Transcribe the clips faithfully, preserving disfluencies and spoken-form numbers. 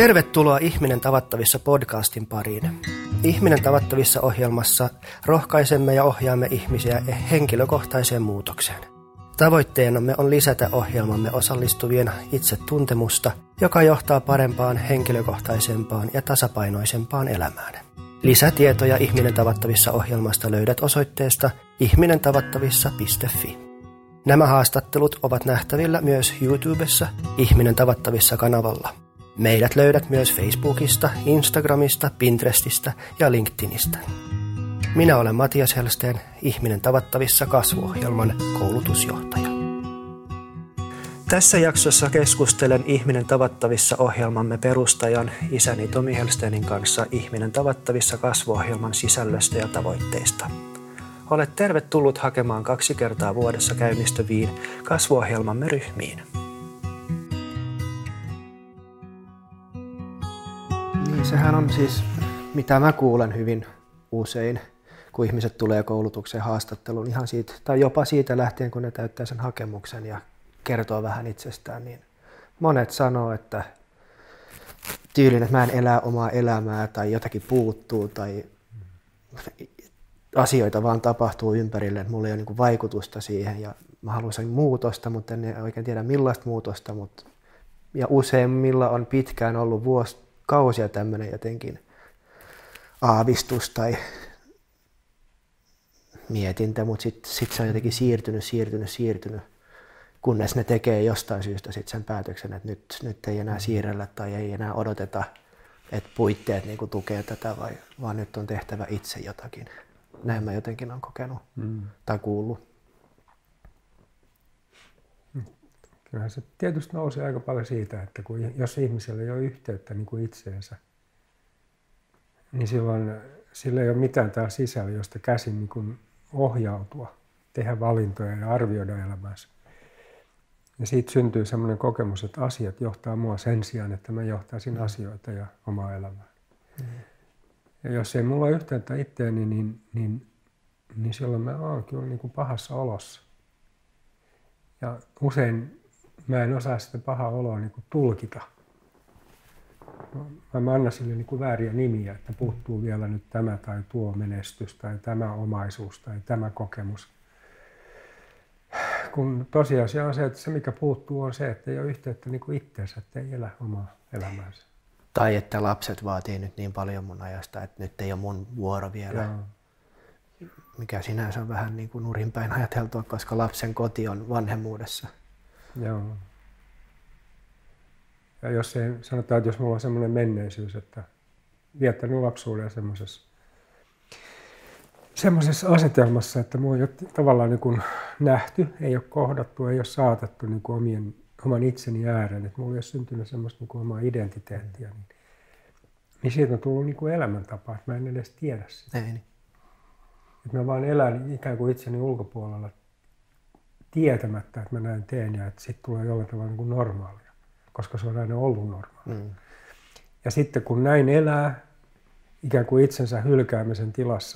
Tervetuloa Ihminen tavattavissa podcastin pariin. Ihminen tavattavissa ohjelmassa rohkaisemme ja ohjaamme ihmisiä henkilökohtaiseen muutokseen. Tavoitteenamme on lisätä ohjelmamme osallistuvien itsetuntemusta, joka johtaa parempaan, henkilökohtaisempaan ja tasapainoisempaan elämään. Lisätietoja Ihminen tavattavissa ohjelmasta löydät osoitteesta ihminen tavattavissa piste fi. Nämä haastattelut ovat nähtävillä myös YouTubessa Ihminen tavattavissa kanavalla. Meidät löydät myös Facebookista, Instagramista, Pinterestistä ja LinkedInistä. Minä olen Matias Helsteen, Ihminen tavattavissa kasvuohjelman koulutusjohtaja. Tässä jaksossa keskustelen Ihminen tavattavissa ohjelmamme perustajan isäni Tomi Helsteenin kanssa Ihminen tavattavissa kasvuohjelman sisällöstä ja tavoitteista. Olet tervetullut hakemaan kaksi kertaa vuodessa käynnistyviin kasvuohjelmamme ryhmiin. Niin, sehän on siis, mitä mä kuulen hyvin usein, kun ihmiset tulee koulutukseen haastatteluun, ihan siitä, tai jopa siitä lähtien, kun ne täyttää sen hakemuksen ja kertoo vähän itsestään, niin monet sanoo, että tyylin, että mä en elä omaa elämää tai jotakin puuttuu tai asioita vaan tapahtuu ympärille, että mulla ei ole niin kuin vaikutusta siihen ja mä haluaisin muutosta, mutta en oikein tiedä millaista muutosta, mutta ja useimmilla on pitkään ollut vuosikausia tämmöinen jotenkin aavistus tai mietintä, mutta sitten sit se on jotenkin siirtynyt, siirtynyt, siirtynyt, kunnes ne tekee jostain syystä sit sen päätöksen, että nyt, nyt ei enää siirrellä tai ei enää odoteta, että puitteet niin kuin tukee tätä, vai, vaan nyt on tehtävä itse jotakin. Näin mä jotenkin olen kokenut mm. tai kuullut. Kyllähän se tietysti nousee aika paljon siitä, että kun, jos ihmisellä ei ole yhteyttä niin kuin itseensä, niin silloin sillä ei ole mitään täällä sisällä, josta käsin niin kuin ohjautua, tehdä valintoja ja arvioida elämäänsä. Ja siitä syntyy sellainen kokemus, että asiat johtaa mua sen sijaan, että mä johtaisin mm. asioita ja omaa elämää. Mm. Ja jos ei mulla ole yhteyttä itteeni, niin, niin, niin silloin mä oon kyllä niin kuin pahassa olossa. Ja usein mä en osaa sitä pahaa oloa niin kuin tulkita. Mä annan sille niin kuin vääriä nimiä, että puuttuu vielä nyt tämä tai tuo menestys tai tämä omaisuus tai tämä kokemus. Kun tosiasia on se, että se mikä puuttuu on se, että ei ole yhteyttä niin kuin itseensä, että ei elä omaa elämäänsä. Tai että lapset vaatii nyt niin paljon mun ajasta, että nyt ei ole mun vuoro vielä. Joo. Mikä sinänsä on vähän niin kuin nurinpäin ajateltua, koska lapsen koti on vanhemmuudessa. Joo. Ja jos ei, sanotaan, että jos mulla on semmoinen menneisyys, että viettänyt lapsuuden semmoisessa, semmoisessa asetelmassa, että mua ei ole tavallaan niin kuin nähty, ei ole kohdattu, ei ole saatettu niin kuin omien, oman itseni ääreen, että mulla ei ole syntynyt semmoista niin kuin omaa identiteettiä, niin, niin siitä on tullut niin kuin elämäntapa, että mä en edes tiedä sitä. Ei niin. Että mä vaan elän ikään kuin itseni ulkopuolella tietämättä, että mä näin teen ja että siitä tulee jollain tavalla niin kuin normaalia, koska se on aina ollut normaalia. Mm. Ja sitten kun näin elää, ikään kuin itsensä hylkäämisen tilassa,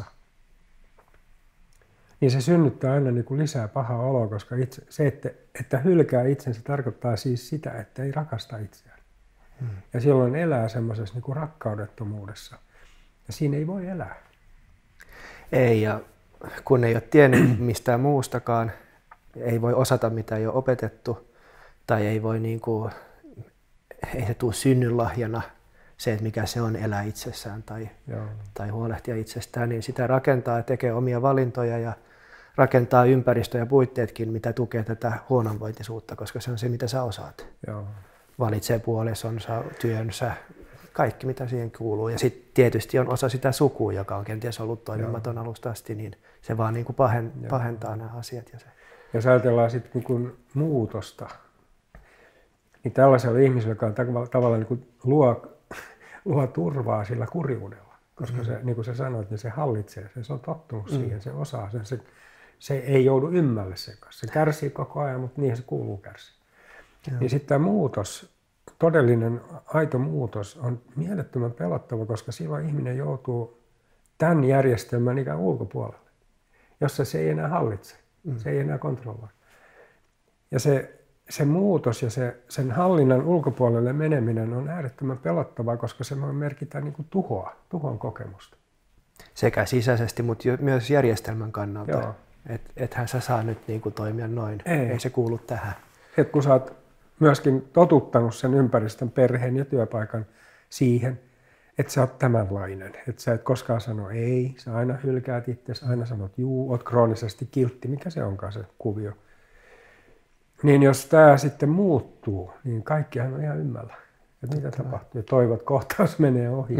niin se synnyttää aina niin kuin lisää pahaa oloa, koska itse, se, että, että hylkää itsensä, tarkoittaa siis sitä, että ei rakasta itseään. Hmm. Ja silloin elää semmoisessa niin kuin rakkaudettomuudessa. Ja siinä ei voi elää. Ei, ja kun ei ole tiennyt mistään muustakaan, ei voi osata mitä ei ole opetettu, tai ei voi niin kuin, ei se tule synnynlahjana se, että mikä se on elää itsessään tai, tai huolehtia itsestään, niin sitä rakentaa ja tekee omia valintoja ja rakentaa ympäristö ja puitteetkin, mitä tukee tätä huonovointisuutta, koska se on se, mitä sä osaat. Joo. Valitsee puolisonsa, työnsä, kaikki mitä siihen kuuluu. Ja sitten tietysti on osa sitä sukua, joka on kenties ollut toimimaton Joo. alusta asti, niin se vaan niin kuin pahen, pahentaa nämä asiat. Ja se. Jos ajatellaan sitten niin kuin muutosta, niin tällaisella ihmisellä, joka on tavallaan niin kuin luo, luo turvaa sillä kurjuudella, koska mm. se, niin kuin sä sanoit, niin se hallitsee sen, se on tottunut mm. siihen, se osaa sen, se, se ei joudu ymmälle sen kanssa. Se kärsii koko ajan, mutta niihin se kuuluu kärsiä. Niin sitten tämä muutos, todellinen aito muutos on mielettömän pelottava, koska silloin ihminen joutuu tämän järjestelmän ikään ulkopuolelle, jossa se ei enää hallitse, mm. se ei enää kontrolloi. Ja se se muutos ja se, sen hallinnan ulkopuolelle meneminen on äärettömän pelottavaa, koska se voi merkitä niin kuin tuhoa, tuhon kokemusta. Sekä sisäisesti, mutta myös järjestelmän kannalta. Et, ethän sä saa nyt niin kuin toimia noin. Ei. Ei se kuulu tähän. Et kun sä oot myöskin totuttanut sen ympäristön, perheen ja työpaikan siihen, että sä oot tämänlainen. Että sä et koskaan sano ei, sä aina hylkäät itsesi, aina sanot juu, oot kroonisesti kiltti, mikä se onkaan se kuvio. Niin jos tämä sitten muuttuu, niin kaikkihan on ihan ymmällä. Että mitä tapahtuu? Ja toivot kohtaus menee ohi.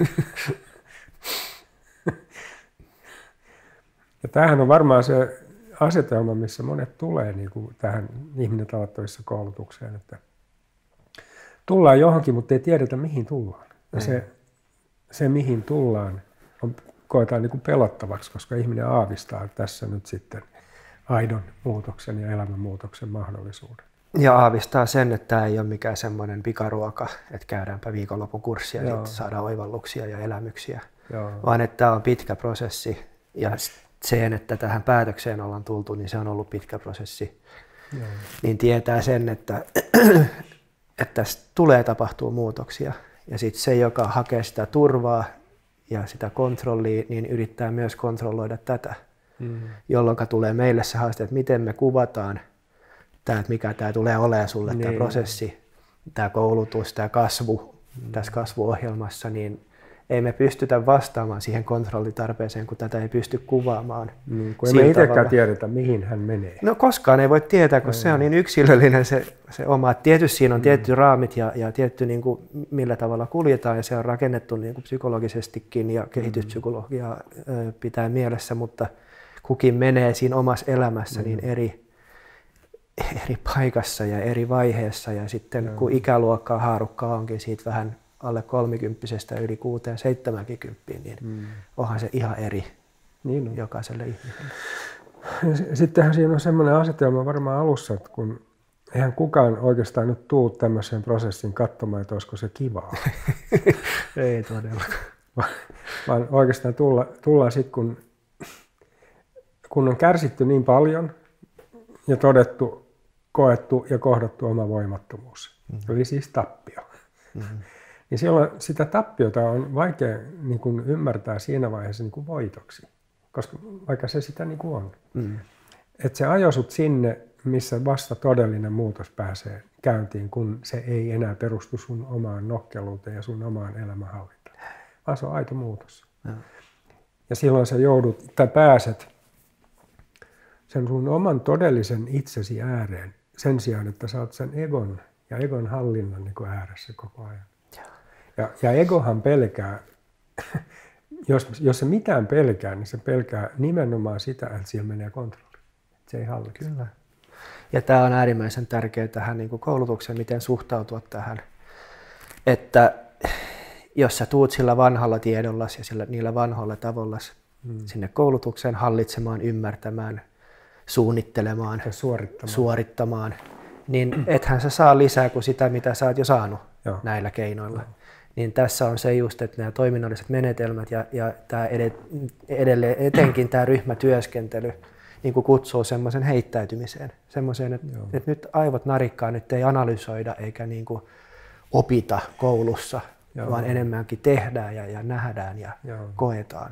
Ja tämähän on varmaan se asetelma, missä monet tulee niin kuin tähän ihminen tavattavissa koulutukseen. Että tullaan johonkin, mutta ei tiedetä mihin tullaan. Ja se, se mihin tullaan on, koetaan niin kuin pelottavaksi, koska ihminen aavistaa tässä nyt sitten aidon muutoksen ja elämänmuutoksen mahdollisuuden. Ja aavistaa sen, että tämä ei ole mikään semmoinen pikaruoka, että käydäänpä viikonlopun kurssia ja saadaan oivalluksia ja elämyksiä, Joo. vaan että tämä on pitkä prosessi. Ja sen, että tähän päätökseen ollaan tultu, niin se on ollut pitkä prosessi. Joo. Niin tietää sen, että, että tässä tulee tapahtua muutoksia. Ja sitten se, joka hakee sitä turvaa ja sitä kontrollia, niin yrittää myös kontrolloida tätä. Mm. Jolloin tulee meille se haaste, että miten me kuvataan tämä, että mikä tämä tulee olemaan sulle, niin. tämä prosessi, tämä koulutus, tämä kasvu mm. tässä kasvuohjelmassa, niin ei me pystytä vastaamaan siihen kontrollitarpeeseen, kun tätä ei pysty kuvaamaan. Mm, kun emme itsekään tiedetä, mihin hän menee. No koskaan ei voi tietää, kun mm. se on niin yksilöllinen se, se oma. Tietysti siinä on mm. tietty raamit ja, ja tietty niin kuin, millä tavalla kuljetaan ja se on rakennettu niin kuin psykologisestikin ja kehityspsykologiaa mm. pitää mielessä, mutta kukin menee siinä omassa elämässä mm. niin eri, eri paikassa ja eri vaiheessa ja sitten mm. kun ikäluokkaa haarukkaa onkin siitä vähän alle kolmikymppisestä yli kuuteen, seitsemänkymppiin, niin mm. onhan se ihan eri niin on. Jokaiselle ihmiselle. Sittenhän siinä on semmoinen asetelma varmaan alussa, että kun eihän kukaan oikeastaan nyt tuu tämmöiseen prosessin katsomaan, että olisiko se kivaa. Ei todellakaan. Vaan, vaan oikeastaan tulla, tullaan sitten, kun, kun on kärsitty niin paljon ja todettu, koettu ja kohdattu oma voimattomuus. Mm. Eli siis tappio. Mm-hmm. Niin silloin sitä tappiota on vaikea niin kuin ymmärtää siinä vaiheessa niin kuin voitoksi, koska vaikka se sitä niin kuin on. Mm. Että se ajoi sut sinne, missä vasta todellinen muutos pääsee käyntiin, kun se ei enää perustu sun omaan nokkeluuteen ja sun omaan elämänhallintaan, vaan se on aito muutos. Ja, ja silloin sä joudut, tai pääset sen sun oman todellisen itsesi ääreen sen sijaan, että sä oot sen egon ja egon hallinnan niin kuin ääressä koko ajan. Ja, ja egohan pelkää, jos, jos se mitään pelkää, niin se pelkää nimenomaan sitä, että siellä menee kontrolli. Se ei hallitse. Kyllä. Ja tämä on äärimmäisen tärkeää tähän niin kuin koulutukseen, miten suhtautua tähän. Että jos sä tuut sillä vanhalla tiedolla ja sillä, niillä vanhoilla tavoilla hmm. sinne koulutukseen hallitsemaan, ymmärtämään, suunnittelemaan, suorittamaan. suorittamaan, niin ethän sä saa lisää kuin sitä, mitä sä oot jo saanut Joo. näillä keinoilla. Joo. Niin tässä on se just, että nämä toiminnalliset menetelmät ja, ja tämä edelleen, etenkin tämä ryhmätyöskentely niin kuin kutsuu semmoisen heittäytymiseen. Semmoiseen, että, että nyt aivot narikkaa, nyt ei analysoida eikä niin kuin opita koulussa, Joo. vaan enemmänkin tehdään ja, ja nähdään ja Joo. koetaan.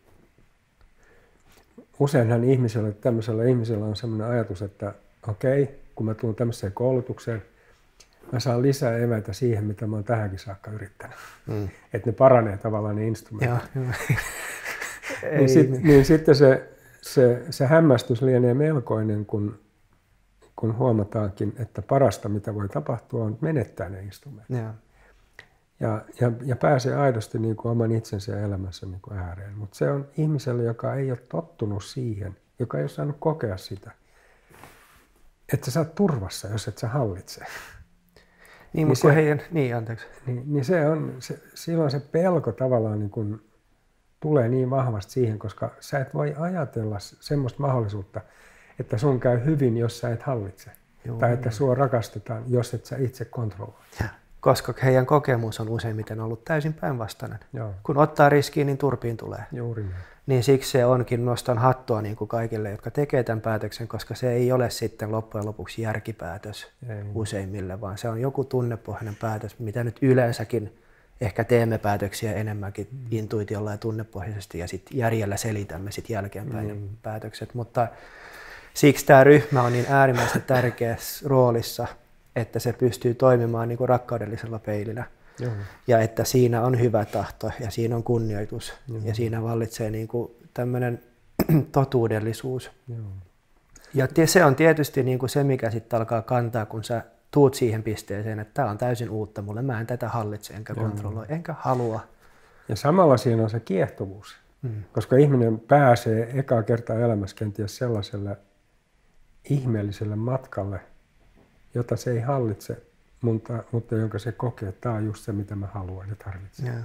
Useinhan ihmisellä, tämmöisellä ihmisellä on semmoinen ajatus, että okei, kun mä tulen tämmöiseen koulutukseen, mä saan lisää eväitä siihen, mitä mä oon tähänkin saakka yrittänyt. Mm. Että ne paranee tavallaan ne instrumentit. niin, sit, niin sitten se, se, se hämmästys lienee melkoinen, kun, kun huomataankin, että parasta mitä voi tapahtua on menettää ne instrumentit. Ja, ja, ja, ja pääsee aidosti niin kuin oman itsensä ja elämänsä niin kuin ääreen. Mutta se on ihmiselle, joka ei ole tottunut siihen, joka ei ole saanut kokea sitä, että sä oot turvassa, jos et sä hallitse. Niin, mutta niin, heidän, niin, anteeksi. Niin, niin se on, se, silloin se pelko tavallaan niin kuin tulee niin vahvasti siihen, koska sä et voi ajatella semmoista mahdollisuutta, että sun käy hyvin, jos sä et hallitse. Joo, tai että sua rakastetaan, jos et sä itse kontrolloi. Koska heidän kokemus on useimmiten ollut täysin päinvastainen. Joo. Kun ottaa riskiä, niin turpiin tulee. Juuri niin. Niin siksi se onkin, nostan hattua niin kuin kaikille, jotka tekee tämän päätöksen, koska se ei ole sitten loppujen lopuksi järkipäätös ei. useimmille, vaan se on joku tunnepohjainen päätös, mitä nyt yleensäkin ehkä teemme päätöksiä enemmänkin mm. intuitiolla ja tunnepohjaisesti ja sitten järjellä selitämme sitten jälkeenpäin mm. päätökset. Mutta siksi tämä ryhmä on niin äärimmäisen tärkeässä roolissa, että se pystyy toimimaan niin kuin rakkaudellisella peilinä. Joo. Ja että siinä on hyvä tahto ja siinä on kunnioitus Joo. ja siinä vallitsee niin kuin tämmöinen totuudellisuus. Joo. Ja se on tietysti niin kuin se, mikä sitten alkaa kantaa, kun sä tuut siihen pisteeseen, että tämä on täysin uutta mulle, mä en tätä hallitse enkä Joo. kontrolloi, enkä halua. Ja samalla siinä on se kiehtovuus, mm. koska ihminen pääsee ekaa kertaa elämässä kenties sellaiselle ihmeelliselle matkalle, jota se ei hallitse, mutta, mutta jonka se kokee, että tämä on just se, mitä mä haluan ja tarvitsen. Ja,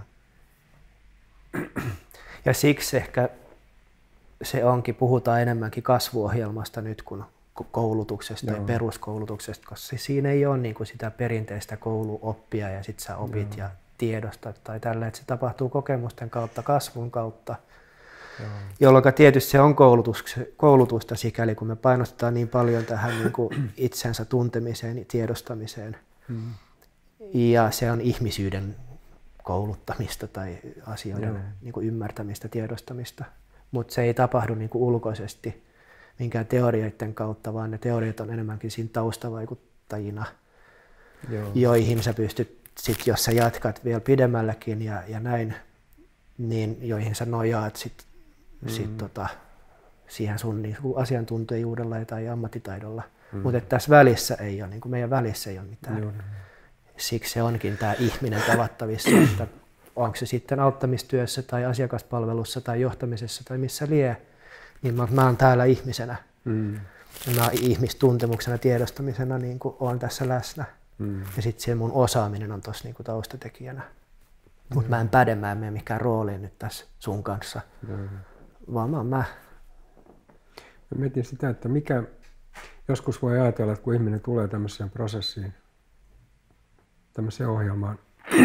ja siksi ehkä se onkin, puhutaan enemmänkin kasvuohjelmasta nyt kuin koulutuksesta Joo. ja peruskoulutuksesta, koska siinä ei ole niin kuin sitä perinteistä kouluoppia ja sit sä opit Joo. ja tiedostat tai tällä, että se tapahtuu kokemusten kautta, kasvun kautta, Joo. jolloin tietysti se on koulutusta sikäli, kun me painostetaan niin paljon tähän niin kuin itsensä tuntemiseen ja tiedostamiseen. Hmm. Ja se on ihmisyyden kouluttamista tai asioiden niin kuin ymmärtämistä, tiedostamista, mutta se ei tapahdu niin kuin ulkoisesti minkään teorioiden kautta, vaan ne teoriat on enemmänkin siinä taustavaikuttajina, Joo. joihin sä pystyt, sit, jos sä jatkat vielä pidemmälläkin ja, ja näin, niin joihin sä nojaat sit, mm. sit, tota, siihen sun niin, asiantuntijuudella tai ammattitaidolla. Mm. Mutta tässä välissä ei ole, niin kuin meidän välissä ei ole mitään. Joo. Siksi se onkin tämä ihminen tavattavissa, että onko se sitten auttamistyössä tai asiakaspalvelussa tai johtamisessa tai missä lie, niin mä, mä oon täällä ihmisenä. Mm. Mä ihmistuntemuksena, tiedostamisena niin oon tässä läsnä. Mm. Ja sitten se mun osaaminen on tuossa niin taustatekijänä. Mutta mä en päde, mä en mene mikään rooliin nyt tässä sun kanssa, mm. vaan mä oon mä. Mä mietin sitä, että mikä joskus voi ajatella, että kun ihminen tulee tämmöiseen prosessiin, tämmöiseen ohjelmaan,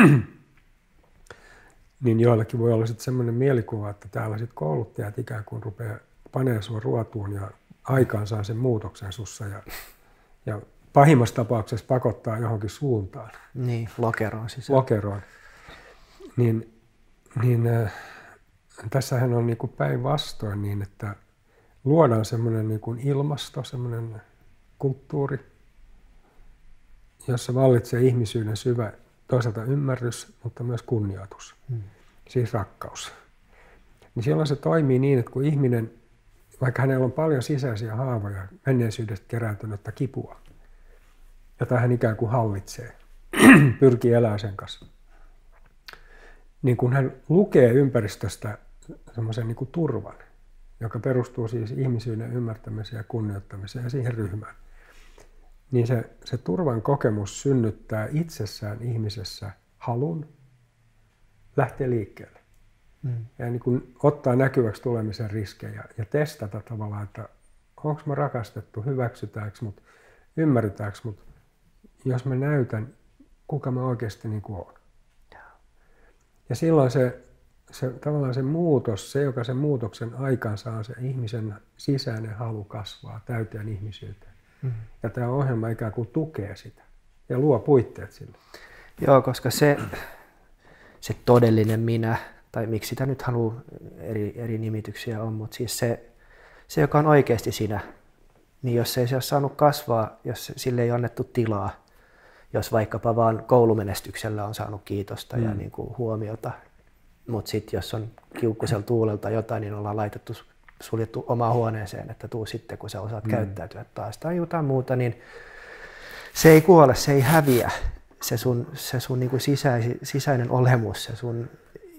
niin joillakin voi olla sitten semmoinen mielikuva, että täällä sitten kouluttajat ikään kuin rupeaa panee sua ruotuun ja aikaan saa sen muutoksen sussa ja, ja pahimmassa tapauksessa pakottaa johonkin suuntaan. Niin, lokeroon sisään. Lokeroon. Niin, niin äh, tässähän on niinku päinvastoin niin, että luodaan semmoinen niinku ilmasto, semmoinen kulttuuri, jossa vallitsee ihmisyyden syvä toisaalta ymmärrys, mutta myös kunnioitus, hmm. siis rakkaus. Niin silloin se toimii niin, että kun ihminen, vaikka hänellä on paljon sisäisiä haavoja, menneisyydestä kerääntynyttä kipua, jota hän ikään kuin hallitsee, pyrkii elämään sen kanssa, niin kun hän lukee ympäristöstä semmoisen niin kuin turvan, joka perustuu siis ihmisyyden ymmärtämiseen ja kunnioittamiseen ja siihen ryhmään, niin se, se turvan kokemus synnyttää itsessään ihmisessä halun lähteä liikkeelle. Mm. Ja niin kuin ottaa näkyväksi tulemisen riskejä ja testata tavallaan, että onko mä rakastettu, hyväksytäänkö mut, ymmärretäänkö mut, jos mä näytän, kuka mä oikeasti niin kuin oon. Ja silloin se, se, tavallaan se muutos, se joka sen muutoksen aikansa on se ihmisen sisäinen halu kasvaa täyteen ihmisyyteen. Mm. Ja tämä ohjelma ikään kuin tukee sitä ja luo puitteet sille. Joo, koska se, se todellinen minä, tai miksi sitä nyt haluaa, eri, eri nimityksiä on, mutta siis se, se, joka on oikeasti sinä, niin jos ei se ole saanut kasvaa, jos sille ei annettu tilaa, jos vaikkapa vaan koulumenestyksellä on saanut kiitosta mm. ja niin kuin huomiota, mutta sitten jos on kiukkusella tuulelta jotain, niin ollaan laitettu, suljettu omaan huoneeseen, että tuu sitten, kun sä osaat mm. käyttäytyä taas tai jotain muuta, niin se ei kuole, se ei häviä, se sun, se sun niin kuin sisäisi, sisäinen olemus, se sun,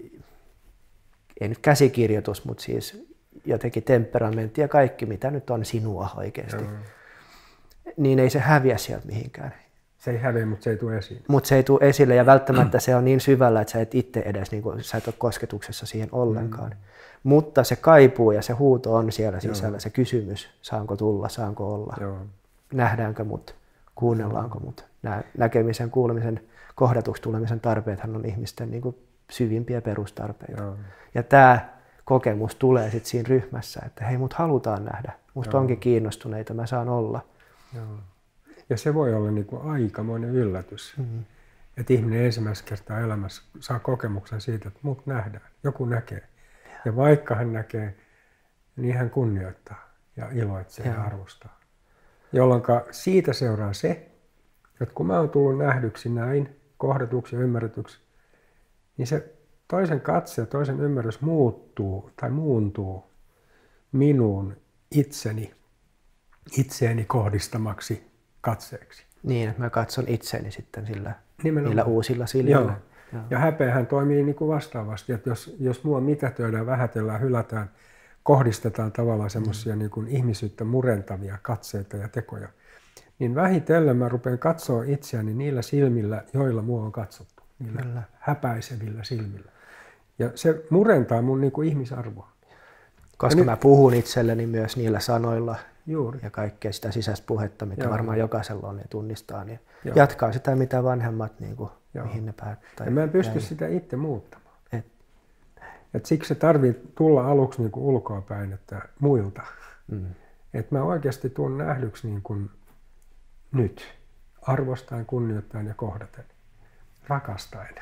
ei nyt käsikirjoitus, mutta siis jotenkin temperamentti ja kaikki, mitä nyt on sinua oikeasti, Joo. niin ei se häviä sieltä mihinkään. Se ei häviä, mutta se ei tule esiin. Mutta se ei tule esille ja välttämättä se on niin syvällä, että sä et itse edes, niin kuin, sä et ole kosketuksessa siihen ollenkaan. Mm. Mutta se kaipuu ja se huuto on siellä sisällä, Joo. se kysymys, saanko tulla, saanko olla, Joo. nähdäänkö mut, kuunnellaanko mut. Nämä näkemisen, kuulemisen, kohdatuksi tulemisen tarpeethan on ihmisten niin kuin syvimpiä perustarpeita. Joo. Ja tämä kokemus tulee sitten siinä ryhmässä, että hei, mut halutaan nähdä, musta Joo. onkin kiinnostuneita, mä saan olla. Joo. Ja se voi olla niin kuin aikamoinen yllätys, mm-hmm. että ihminen ensimmäistä kertaa elämässä saa kokemuksen siitä, että mut nähdään, joku näkee. Ja, ja vaikka hän näkee, niin hän kunnioittaa ja iloitsee ja, ja arvostaa. Jolloin siitä seuraa se, että kun mä oon tullut nähdyksi näin, kohdatuksi ja ymmärretyksi, niin se toisen katse ja toisen ymmärrys muuttuu tai muuntuu minun itseni, itseeni kohdistamaksi katseeksi. Niin, että mä katson itseäni sitten sillä, niillä uusilla silmillä. Joo. Joo. Ja häpeähän toimii niin kuin vastaavasti, että jos, jos mua mitätöidään, vähätellään, hylätään, kohdistetaan tavallaan semmoisia mm. niin kuin ihmisyyttä murentavia katseita ja tekoja, niin vähitellen mä rupean katsoa itseäni niillä silmillä, joilla mua on katsottu, niillä Kyllä. häpäisevillä silmillä. Ja se murentaa mun niin kuin ihmisarvoa. Koska ja mä nyt... puhun itselleni myös niillä sanoilla Juuri. ja kaikkea sitä sisäistä puhetta, mitä Joo. varmaan jokaisella on ja tunnistaa, niin Joo. jatkaa sitä, mitä vanhemmat, niin kuin, mihin ne päättää. Ja mä en pysty jäi. sitä itse muuttamaan. Et. Et siksi se tarvitsee tulla aluksi niin kuin ulkoapäin, että muilta. Mm. Että mä oikeasti tuun nähdyksi niin kuin nyt, arvostaen, kunnioittaen ja kohdaten, rakastaen.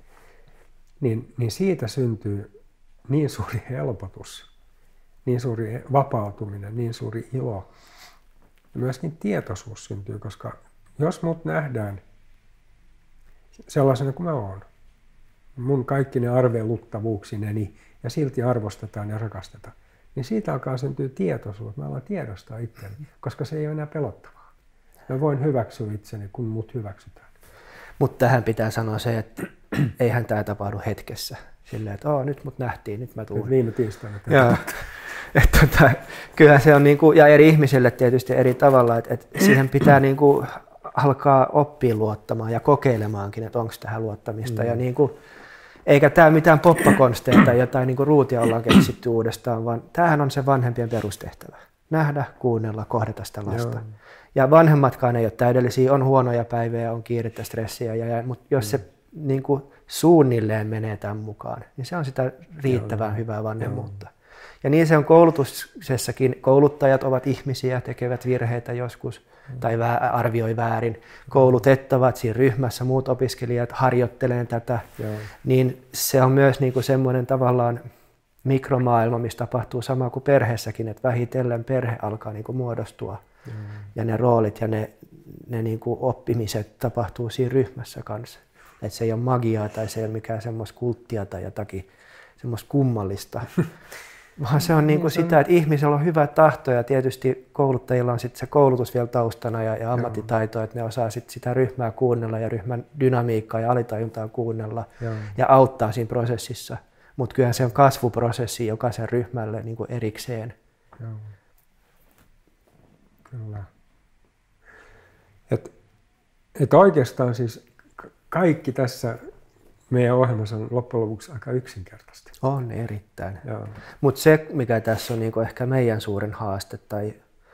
Niin, niin siitä syntyy niin suuri helpotus, niin suuri vapautuminen, niin suuri ilo. Ja myöskin tietoisuus syntyy, koska jos mut nähdään sellaisena kuin mä oon, mun kaikki ne arveluttavuuksineni ja silti arvostetaan ja rakastetaan, niin siitä alkaa syntyä tietoisuus. Mä alan tiedostaa itseni, koska se ei ole enää pelottavaa. Mä voin hyväksyä itseni, kun mut hyväksytään. Mutta tähän pitää sanoa se, että eihän tämä tapahdu hetkessä. Silleen, että oh, nyt mut nähtiin, nyt mä tuun. Nyt viime tiistaina. Että tota, kyllä se on niinku, ja eri ihmisille tietysti eri tavalla, että, että siihen pitää niinku alkaa oppia luottamaan ja kokeilemaankin, että onko tähän luottamista. Mm. Ja niinku, eikä tämä mitään poppakonsteja tai jotain niinku ruutia ollaan keksitty uudestaan, vaan tämähän on se vanhempien perustehtävä. Nähdä, kuunnella, kohdata sitä lasta. Joo. Ja vanhemmatkaan ei ole täydellisiä, on huonoja päiviä, on kiirettä, stressiä, ja, ja, mutta jos mm. se niin kuin, suunnilleen menee tämän mukaan, niin se on sitä riittävän Joo. hyvää vanhemmuutta. Joo. Ja niin se on koulutuksessakin. Kouluttajat ovat ihmisiä, tekevät virheitä joskus mm. tai arvioi väärin. Koulutettavat siinä ryhmässä, muut opiskelijat harjoittelee tätä. Joo. Niin se on myös niin kuin semmoinen tavallaan mikromaailma, missä tapahtuu sama kuin perheessäkin, että vähitellen perhe alkaa niin kuin muodostua. Mm. Ja ne roolit ja ne, ne niin kuin oppimiset tapahtuu siinä ryhmässä kanssa. Että se ei ole magiaa tai se ei ole mikään semmoista kulttia tai jotakin semmoista kummallista. Vaan se on niin kuin sitä, että ihmisellä on hyvä tahto ja tietysti kouluttajilla on sitten se koulutus vielä taustana ja, ja ammattitaito, että ne osaa sit sitä ryhmää kuunnella ja ryhmän dynamiikkaa ja alitajuntaa kuunnella Joo. ja auttaa siinä prosessissa. Mutta kyllähän se on kasvuprosessi jokaisen ryhmälle niin kuin erikseen. Joo. Kyllä. Et, et oikeastaan siis kaikki tässä meidän ohjelmassa on loppujen lopuksi aika yksinkertaista. On erittäin. Mutta se, mikä tässä on niinku ehkä meidän suurin haaste tai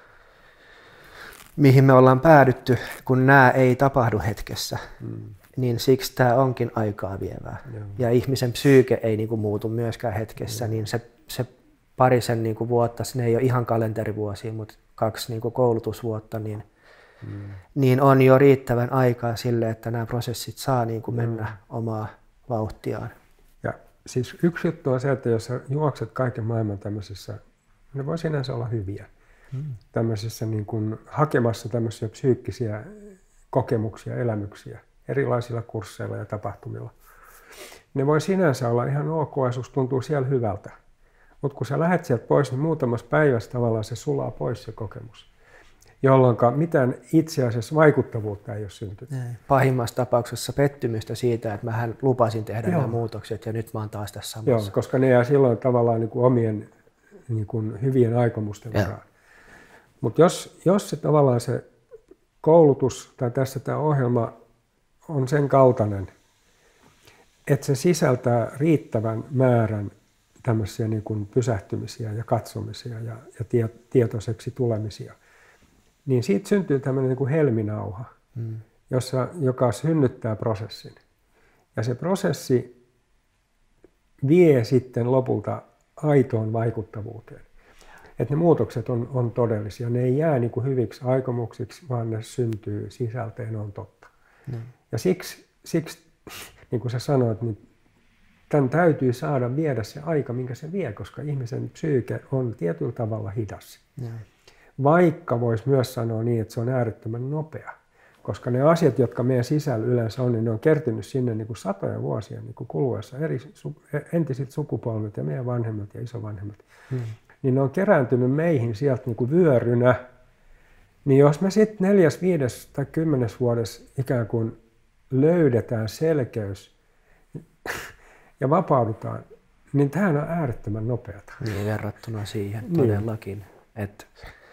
mihin me ollaan päädytty, kun nämä ei tapahdu hetkessä, hmm. niin siksi tämä onkin aikaa vievää. Joo. Ja ihmisen psyyke ei niinku muutu myöskään hetkessä, hmm. niin se, se parisen niinku vuotta, ne ei ole ihan kalenterivuosia, mutta kaksi niinku koulutusvuotta, niin, hmm. niin on jo riittävän aikaa sille, että nämä prosessit saa niinku mennä hmm. omaa vauhtiaan. Ja siis yksi juttu on se, että jos sä juokset kaiken maailman tämmöisissä, ne voi sinänsä olla hyviä, hmm. tämmöisissä niin kuin hakemassa tämmöisiä psyykkisiä kokemuksia, elämyksiä erilaisilla kursseilla ja tapahtumilla. Ne voi sinänsä olla ihan ok ja susta tuntuu siellä hyvältä. Mutta kun sä lähdet sieltä pois, niin muutamassa päivässä tavallaan se sulaa pois se kokemus. Jolloin mitään itse asiassa vaikuttavuutta ei ole syntynyt. Pahimmassa tapauksessa pettymystä siitä, että mähän lupasin tehdä Joo. nämä muutokset ja nyt mä oon taas tässä samassa. Joo, koska ne jää silloin tavallaan niin kuin omien niin kuin hyvien aikomusten varaan. Mutta jos, jos se tavallaan se koulutus tai tässä tämä ohjelma on sen kaltainen, että se sisältää riittävän määrän tämmöisiä niin kuin pysähtymisiä ja katsomisia ja, ja tie, tietoiseksi tulemisia, niin siitä syntyy tämmöinen niin kuin helminauha, mm. jossa, joka synnyttää prosessin. Ja se prosessi vie sitten lopulta aitoon vaikuttavuuteen. Että ne muutokset on, on todellisia. Ne ei jää niin kuin hyviksi aikomuksiksi, vaan ne syntyy sisältä ja ne on totta. Mm. Ja siksi, siksi, niin kuin sä sanoit, niin tämän täytyy saada viedä se aika, minkä se vie, koska ihmisen psyyke on tietyllä tavalla hidas. Mm. Vaikka voisi myös sanoa niin, että se on äärettömän nopea. Koska ne asiat, jotka meidän sisällä yleensä on, niin ne on kertynyt sinne niin kuin satoja vuosia niin kuin kuluessa. Eri, entiset sukupolvet ja meidän vanhemmat ja isovanhemmat. Hmm. Niin ne on kerääntynyt meihin sieltä niin kuin vyörynä. Niin jos me sitten neljäs, viides tai kymmenes vuodessa ikään kuin löydetään selkeys ja vapaudutaan, niin tämähän on äärettömän nopeata. Niin verrattuna siihen todellakin. Niin. Että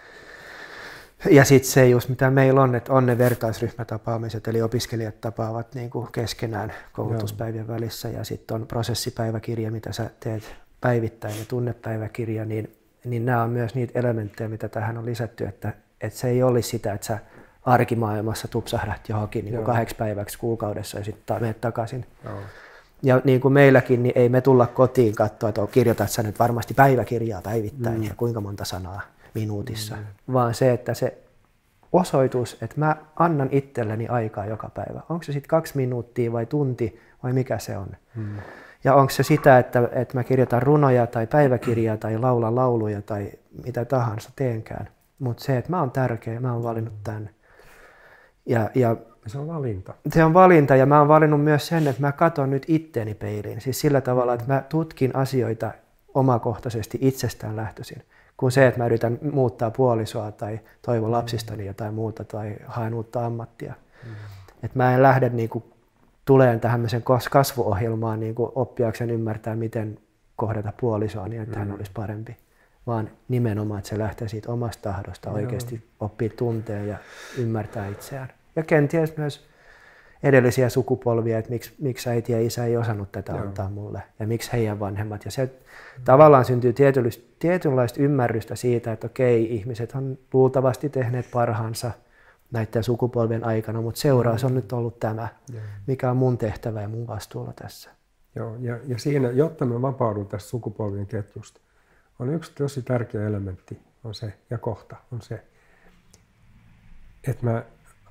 ja sitten se just mitä meillä on, että on ne vertaisryhmätapaamiset, eli opiskelijat tapaavat niin kuin keskenään koulutuspäivien Joo. välissä, ja sitten on prosessipäiväkirja, mitä sä teet päivittäin, ja tunnepäiväkirja, niin, niin nämä on myös niitä elementtejä, mitä tähän on lisätty, että, että se ei olisi sitä, että sä arkimaailmassa tupsahdat johonkin niin kuin kahdeksi päiväksi kuukaudessa ja sitten menet takaisin. Joo. Ja niin kuin meilläkin, niin ei me tulla kotiin katsoa, että kirjoitat sä nyt varmasti päiväkirjaa päivittäin mm. ja kuinka monta sanaa minuutissa, mm. vaan se, että se osoitus, että mä annan itselleni aikaa joka päivä. Onko se sitten kaksi minuuttia vai tunti vai mikä se on? Mm. Ja onko se sitä, että, että mä kirjoitan runoja tai päiväkirjaa tai laulan lauluja tai mitä tahansa teenkään. Mutta se, että mä oon tärkeä, mä oon valinnut tämän. Ja, ja se on valinta. Se on valinta ja mä oon valinnut myös sen, että mä katson nyt itteeni peiliin. Siis sillä tavalla, että mä tutkin asioita omakohtaisesti itsestään lähtöisin. Kuin se, että mä yritän muuttaa puolisoa tai toivon lapsistani jotain muuta tai haen uutta ammattia. Mm. Että mä en lähde niinku tuleen tähän kasvuohjelmaan niinku oppiakseen ymmärtää, miten kohdata puolisoa niin, että mm. hän olisi parempi. Vaan nimenomaan, että se lähtee siitä omasta tahdosta oikeasti Joo. oppii tunteen ja ymmärtää itseään. Ja kenties myös edellisiä sukupolvia, että miksi, miksi äiti ja isä ei osannut tätä Joo. antaa mulle ja miksi heidän vanhemmat. Ja se mm. tavallaan syntyy tietynlaista ymmärrystä siitä, että okei, ihmiset on luultavasti tehneet parhaansa näiden sukupolvien aikana, mutta seuraus on nyt ollut tämä, Joo. mikä on mun tehtävä ja mun vastuulla tässä. Joo, ja, ja siinä, jotta me vapaudun tästä sukupolvien ketjusta, on yksi tosi tärkeä elementti on se, ja kohta on se, että mä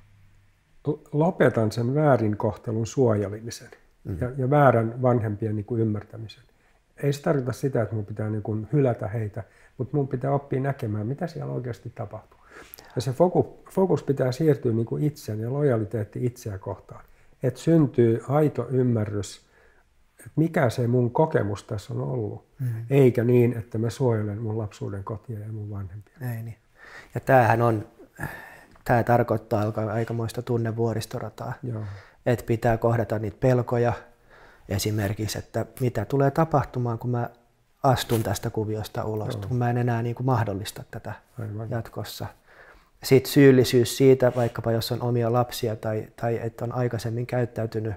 lopetan sen väärinkohtelun suojelemisen mm. ja, ja väärän vanhempien niin kuin ymmärtämisen. Ei se tarkoita sitä, että mun pitää niin kuin hylätä heitä, mutta mun pitää oppia näkemään, mitä siellä oikeasti tapahtuu. Ja se fokus, fokus pitää siirtyä niin kuin itseen ja lojaliteetti itseä kohtaan. Että syntyy aito ymmärrys, että mikä se mun kokemus tässä on ollut. Mm. Eikä niin, että mä suojelen mun lapsuuden kotia ja mun vanhempia. Ei niin. Ja tämähän on... Tämä tarkoittaa aikamoista tunnevuoristorataa, Joo. että pitää kohdata niitä pelkoja esimerkiksi, että mitä tulee tapahtumaan, kun mä astun tästä kuviosta ulos, Joo. kun mä en enää niin kuin mahdollista tätä Aivan. jatkossa. Sitten syyllisyys siitä, vaikkapa jos on omia lapsia tai, tai että on aikaisemmin käyttäytynyt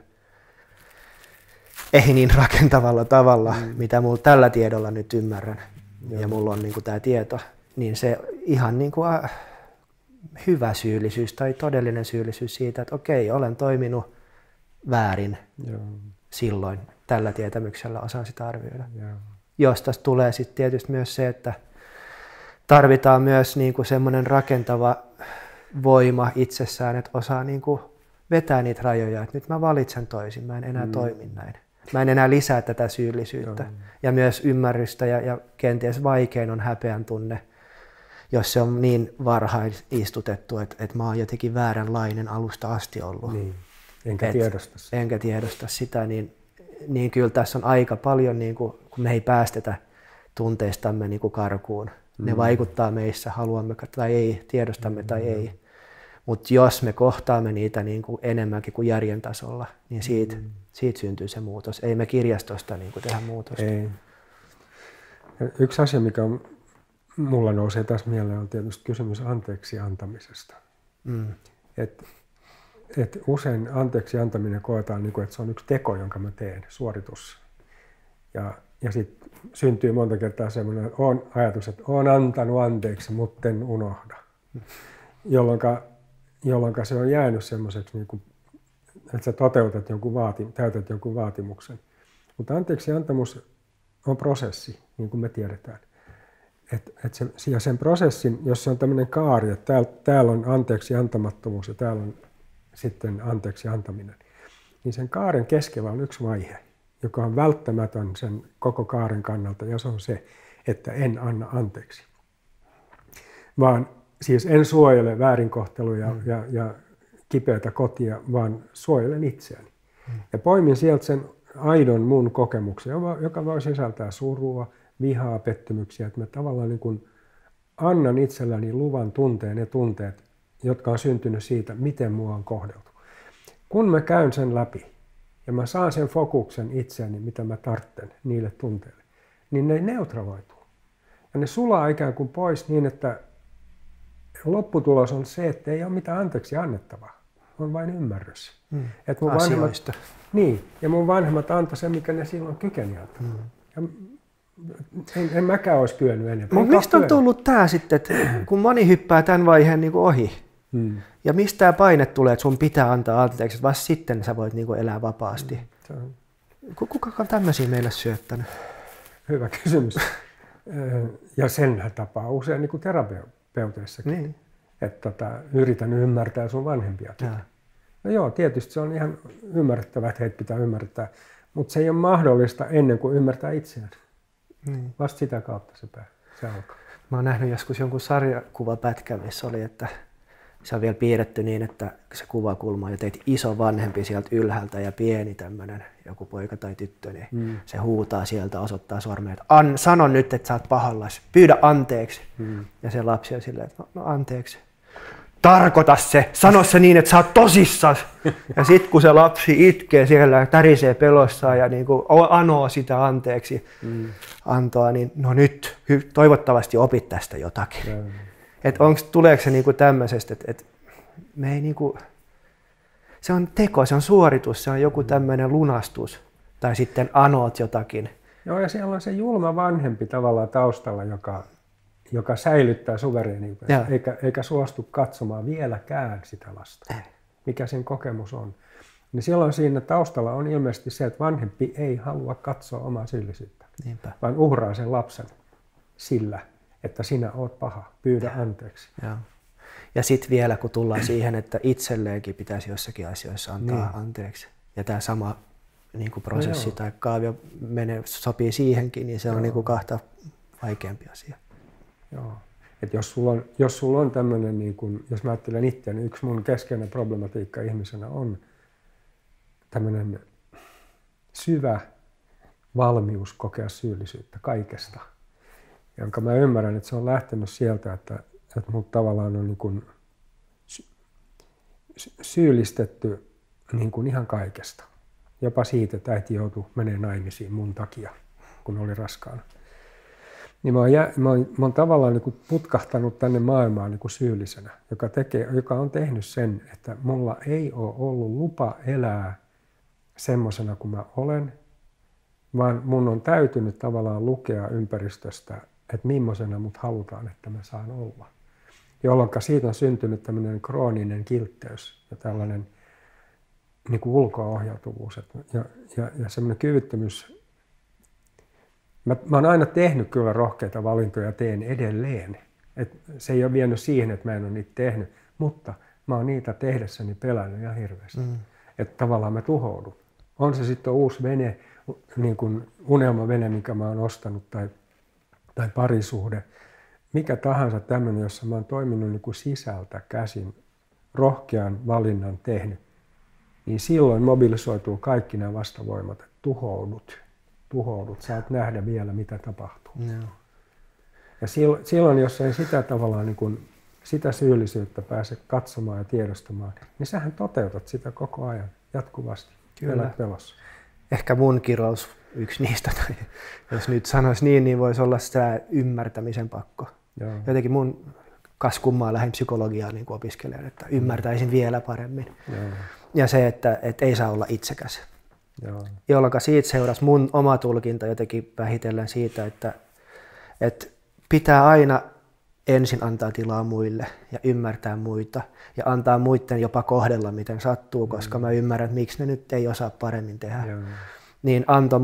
ei niin rakentavalla tavalla, mm. mitä mulla tällä tiedolla nyt ymmärrän, Joo. ja mulla on niin kuin tämä tieto, niin se ihan niin kuin hyvä syyllisyys tai todellinen syyllisyys siitä, että okei, olen toiminut väärin Joo. silloin. Tällä tietämyksellä osaan sitä arvioida. Joo. Josta tulee sitten tietysti myös se, että tarvitaan myös niinku semmoinen rakentava voima itsessään, että osaa niinku vetää niitä rajoja, että nyt mä valitsen toisin, mä en enää mm. toimi näin. Mä en enää lisää tätä syyllisyyttä. Joo. Ja myös ymmärrystä ja, ja kenties vaikein on häpeän tunne, jos se on niin varhain istutettu, että, että mä oon jotenkin vääränlainen alusta asti ollut. Niin. Enkä, tiedosta sitä. enkä tiedosta sitä, niin, niin kyllä tässä on aika paljon, niin kuin, kun me ei päästetä tunteistamme niin kuin karkuun. Mm. Ne vaikuttaa meissä, haluamme tai ei, tiedostamme mm. tai ei. Mutta jos me kohtaamme niitä niin kuin enemmänkin kuin järjen tasolla, niin siitä, mm. siitä syntyy se muutos. Ei me kirjastosta niin kuin tehdä muutosta. Ei. Yksi asia, mikä on mulla nousee tässä mieleen, on tietysti kysymys anteeksi antamisesta. Mm. Et, et usein anteeksi antaminen koetaan, niin kuin, että se on yksi teko, jonka mä teen, suoritus. Ja, ja sitten syntyy monta kertaa semmoinen on ajatus, että olen antanut anteeksi, mutta en unohda. Jolloin se on jäänyt semmoiseksi, niin kuin, että sä toteutat jonkun vaati, täytät jonkun vaatimuksen. Mutta anteeksi antamus on prosessi, niin kuin me tiedetään. Et, et se, ja sen prosessin, jos se on tämmöinen kaari, että täällä, täällä on anteeksi antamattomuus ja täällä on sitten anteeksi antaminen, niin sen kaaren keskellä on yksi vaihe, joka on välttämätön sen koko kaaren kannalta, ja se on se, että en anna anteeksi. Vaan siis en suojele väärinkohteluja mm. ja, ja kipeätä kotia, vaan suojelen itseäni. Mm. Ja poimin sieltä sen aidon mun kokemuksen, joka voi sisältää surua, vihaa, pettymyksiä, että mä tavallaan niin kuin annan itselläni luvan tunteen ne tunteet, jotka on syntynyt siitä, miten mua on kohdeltu. Kun mä käyn sen läpi ja mä saan sen fokuksen itseäni, mitä mä tartten niille tunteille, niin ne neutraloituu. Ja ne sulaa ikään kuin pois niin, että lopputulos on se, että ei ole mitään anteeksi annettavaa. On vain ymmärrys. Mm. Et mun vanhemmat, niin, ja mun vanhemmat antoi sen, mikä ne silloin kykeni antamaan. Mm. En, en mäkään olisi kyennyt enemmän. Mutta mistä on tullut tämä sitten, että kun moni hyppää tämän vaiheen niin kuin ohi, hmm. ja mistä tämä paine tulee, että sun pitää antaa anteeksi, että vasta sitten sä voit niin kuin elää vapaasti? Hmm. Kuka on tämmöisiä meille syöttänyt? Hyvä kysymys. Ja senhän tapaa usein niin kuin terapeuteissakin. Niin. Että tota, yritän ymmärtää sun vanhempiakin. Ja. No joo, tietysti se on ihan ymmärrettävää, että heitä pitää ymmärtää, mutta se ei ole mahdollista ennen kuin ymmärtää itseään. Niin. Vasta sitä kautta se, pää, se alkaa. Mä oon nähnyt joskus jonkun sarjakuvapätkän, missä oli, että se on vielä piirretty niin, että se kuvakulma ja teit iso vanhempi sieltä ylhäältä ja pieni tämmönen joku poika tai tyttö, niin mm. se huutaa sieltä, osoittaa sormea, että An, sano nyt, että sä oot pahallas, pyydä anteeksi. Mm. Ja se lapsi on silleen, että no, no anteeksi. Tarkoita se, sano se niin, että sä oot tosissas. Ja sitten kun se lapsi itkee siellä ja tärisee pelossaan ja niin kuin anoo sitä anteeksi mm. antoa, niin no nyt toivottavasti opit tästä jotakin. Mm. Että tuleeko se niinku tämmöisestä, että et me ei niinku, se on teko, se on suoritus, se on joku tämmöinen lunastus tai sitten anoot jotakin. Joo, ja siellä on se julma vanhempi tavallaan taustalla, joka joka säilyttää suvereeniutensa, eikä, eikä suostu katsomaan vieläkään sitä lasta, ei. Mikä sen kokemus on. Niin silloin siinä taustalla on ilmeisesti se, että vanhempi ei halua katsoa omaa syyllisyyttä, Niinpä. vaan uhraa sen lapsen sillä, että sinä oot paha, pyydä ja. anteeksi. Ja, ja sitten vielä, kun tullaan siihen, että itselleenkin pitäisi jossakin asioissa antaa niin. anteeksi, ja tämä sama niin kuin prosessi no tai kaavio menee, sopii siihenkin, niin se on niin kuin kahta vaikeampi asia. Joo. Et jos sulla on, jos sulla on tämmöinen, niin kun, jos mä ajattelen itseäni, niin yksi mun keskeinen problematiikka ihmisenä on tämmöinen syvä valmius kokea syyllisyyttä kaikesta, jonka mä ymmärrän, että se on lähtenyt sieltä, että, että mut tavallaan on niin kun syyllistetty niin kun ihan kaikesta. Jopa siitä, että äiti joutui menemään naimisiin mun takia, kun oli raskaana. Niin mä, oon jä, mä, oon, mä oon tavallaan niin kuin putkahtanut tänne maailmaan niin kuin syyllisenä, joka, tekee, joka on tehnyt sen, että mulla ei ole ollut lupa elää semmosena kuin mä olen, vaan mun on täytynyt tavallaan lukea ympäristöstä, että millaisena mut halutaan, että mä saan olla. Jolloin siitä on syntynyt tämmöinen krooninen kiltteys ja tällainen niin kuin ulko-ohjautuvuus ja, ja, ja semmoinen kyvyttömyys. Mä, mä oon aina tehnyt kyllä rohkeita valintoja ja teen edelleen. Et se ei ole vienyt siihen, että mä en ole niitä tehnyt, mutta mä oon niitä tehdessäni pelännyt ihan hirveästi. Mm. Että tavallaan mä tuhoudun. On se sitten uusi vene, niin kuin unelmavene, mikä mä oon ostanut, tai, tai parisuhde. Mikä tahansa tämmöinen, jossa mä oon toiminut niin kuin sisältä käsin, rohkean valinnan tehnyt, niin silloin mobilisoituu kaikki nämä vastavoimat, että tuhoudut. tuhoudut, saat nähdä vielä, mitä tapahtuu. No. Ja silloin, jos ei sitä tavallaan niin kuin, sitä syyllisyyttä pääse katsomaan ja tiedostamaan, niin sähän toteutat sitä koko ajan, jatkuvasti. Kyllä. Pelossa. Ehkä mun kirous yksi niistä, tai jos nyt sanoisi niin, niin voisi olla sitä ymmärtämisen pakko. Joo. Jotenkin mun kas kummaa lähdin psykologiaan niin kuin opiskelijan, että ymmärtäisin vielä paremmin. Joo. Ja se, että, että ei saa olla itsekäs. Joo. Jolloin siitä seurasi mun oma tulkinta jotenkin vähitellen siitä, että, että pitää aina ensin antaa tilaa muille ja ymmärtää muita ja antaa muiden jopa kohdella miten sattuu, koska mm. mä ymmärrän, että miksi ne nyt ei osaa paremmin tehdä. Joo. Niin antoi mun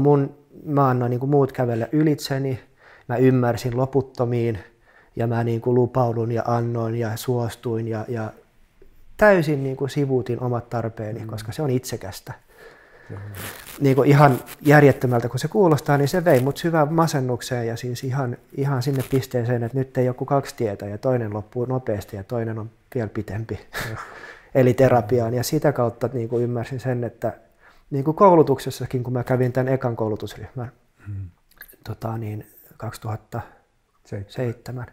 mä annoin niin kuin muut kävellä ylitseni, mä ymmärsin loputtomiin ja mä niin kuin lupaudun ja annoin ja suostuin ja, ja täysin niin kuin sivuutin omat tarpeeni, mm. koska se on itsekästä. Mm. Niin kuin ihan järjettömältä kun se kuulostaa, niin se vei mut syvään masennukseen ja siis ihan, ihan sinne pisteeseen, että nyt ei joku kaksi tietä ja toinen loppuu nopeasti ja toinen on vielä pitempi. Mm. Eli terapiaan. Ja sitä kautta niin kuin ymmärsin sen, että niin kuin koulutuksessakin, kun mä kävin tämän ekan koulutusryhmän mm. tota, niin kaksituhattaseitsemän,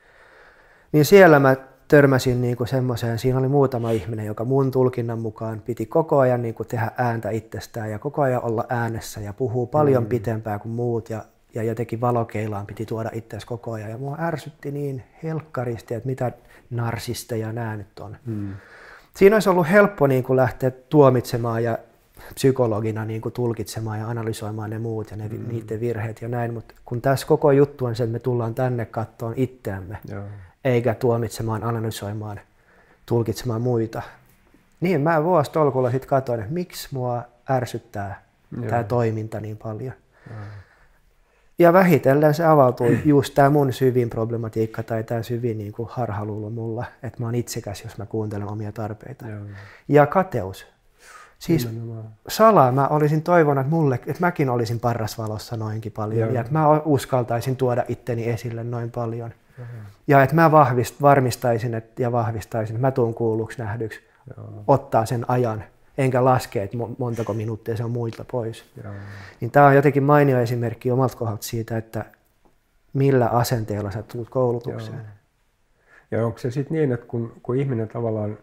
niin siellä mä törmäsin niin kuin semmoiseen, siinä oli muutama ihminen, joka mun tulkinnan mukaan piti koko ajan niin kuin tehdä ääntä itsestään ja koko ajan olla äänessä ja puhuu paljon mm. pitempään kuin muut ja, ja jotenkin valokeilaan piti tuoda itseäsi koko ajan. Ja mua ärsytti niin helkkaristi, että mitä narsisteja nämä nyt on. Mm. Siinä olisi ollut helppo niin kuin lähteä tuomitsemaan ja psykologina niin kuin tulkitsemaan ja analysoimaan ne muut ja ne, mm. niiden virheet ja näin, mutta kun tässä koko juttu on se, että me tullaan tänne kattoon itseämme, Joo. eikä tuomitsemaan, analysoimaan, tulkitsemaan muita. Niin mä vuositolkulla sitten katsoin, että miksi mua ärsyttää tämä toiminta niin paljon. Joo. Ja vähitellen se avautui just tämä mun syvin problematiikka tai tämä syvin niin kuin harhaluulo mulla, että mä oon itsekäs, jos mä kuuntelen omia tarpeita. Joo. Ja kateus. Siis salaa mä olisin toivonut, että, mulle, että mäkin olisin parrasvalossa noinkin paljon Joo. ja että mä uskaltaisin tuoda itteni esille noin paljon. Joo. Ja että mä vahvist, varmistaisin et, ja vahvistaisin, että mä tuun kuulluksi nähdyksi, Joo. ottaa sen ajan, enkä laske, että montako minuuttia se on muilta pois. Joo. Niin tää on jotenkin mainio esimerkki omalta kohdalta siitä, että millä asenteella sä tulet koulutukseen. Joo. Ja onko se sitten niin, että kun, kun ihminen tavallaan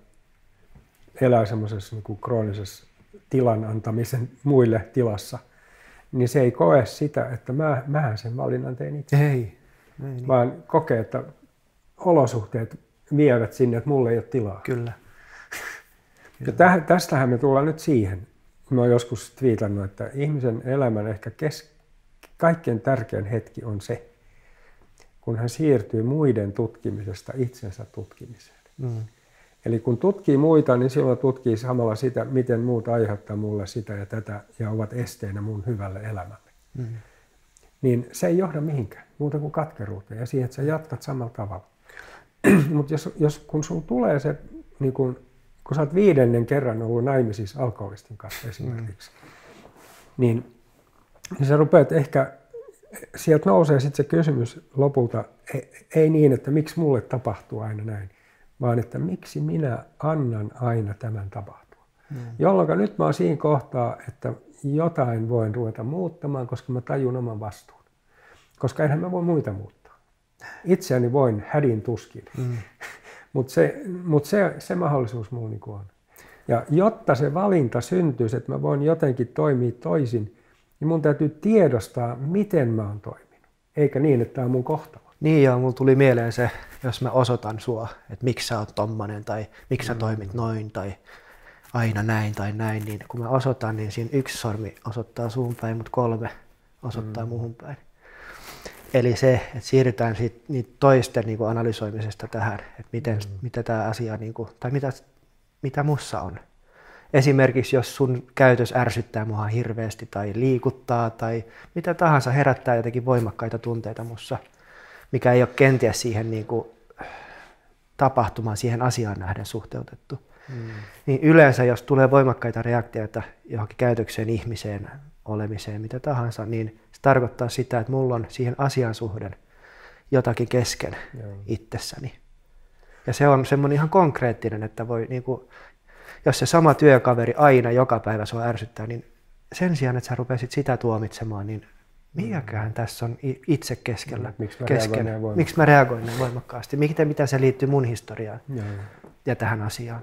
elää semmoisessa niin kuin kroonisessa tilan antamisen muille tilassa, niin se ei koe sitä, että mä, mähän sen valinnan teen itse. Ei. ei niin. Vaan kokee, että olosuhteet vievät sinne, että mulle ei ole tilaa. Kyllä. Ja täh, tästähän me tullaan nyt siihen. Mä oon joskus twiitannut, että ihmisen elämän ehkä kes, kaikkein tärkein hetki on se, kun hän siirtyy muiden tutkimisesta itsensä tutkimiseen. Mm. Eli kun tutkii muita, niin silloin tutkii samalla sitä, miten muut aiheuttaa mulle sitä ja tätä ja ovat esteenä mun hyvälle elämälle. Mm. Niin se ei johda mihinkään, muuta kuin katkeruuteen ja siihen, että sä jatkat samalla tavalla. Mutta jos, jos kun sun tulee se, niin kun, kun sä oot viidennen kerran ollut naimisissa alkoholistin kanssa esimerkiksi, mm. niin, niin sä rupeat ehkä, sieltä nousee sitten se kysymys lopulta, ei, ei niin, että miksi mulle tapahtuu aina näin, vaan että miksi minä annan aina tämän tapahtua. Mm. Jolloin nyt mä oon siinä kohtaa, että jotain voin ruveta muuttamaan, koska mä tajun oman vastuun. Koska enhän mä voi muita muuttaa. Itseäni voin hädin tuskin. Mm. Mutta se, mut se, se mahdollisuus mulla niinku on. Ja jotta se valinta syntyisi, että mä voin jotenkin toimia toisin, niin mun täytyy tiedostaa, miten mä oon toiminut. Eikä niin, että tämä on mun kohtalo. Niin ja mulla tuli mieleen se, jos mä osoitan sua, että miksi sä oot tommonen tai miksi sä toimit noin tai aina näin tai näin, niin kun mä osoitan, niin siinä yksi sormi osoittaa suun päin, mutta kolme osoittaa mm. muuhun päin. Eli se, että siirrytään siitä, niitä toisten niin kuin analysoimisesta tähän, että miten, mm. mitä tämä asia, niin kuin, tai mitä, mitä mussa on. Esimerkiksi jos sun käytös ärsyttää mua hirveästi tai liikuttaa tai mitä tahansa herättää jotenkin voimakkaita tunteita mussa, mikä ei ole kenties siihen niin kuin, tapahtumaan, siihen asiaan nähden suhteutettu. Mm. Niin yleensä, jos tulee voimakkaita reaktioita johonkin käytökseen, ihmiseen, olemiseen, mitä tahansa, niin se tarkoittaa sitä, että mulla on siihen asian suhden jotakin kesken Joo. itsessäni. Ja se on semmoinen ihan konkreettinen, että voi, niin kuin, jos se sama työkaveri aina joka päivä sua ärsyttää, niin sen sijaan, että sä rupesit sitä tuomitsemaan, niin mikäköhän mm. tässä on itse keskellä? Miksi mä, kesken. Miksi mä reagoin näin voimakkaasti? Miten, mitä se liittyy mun historiaan Joo. ja tähän asiaan?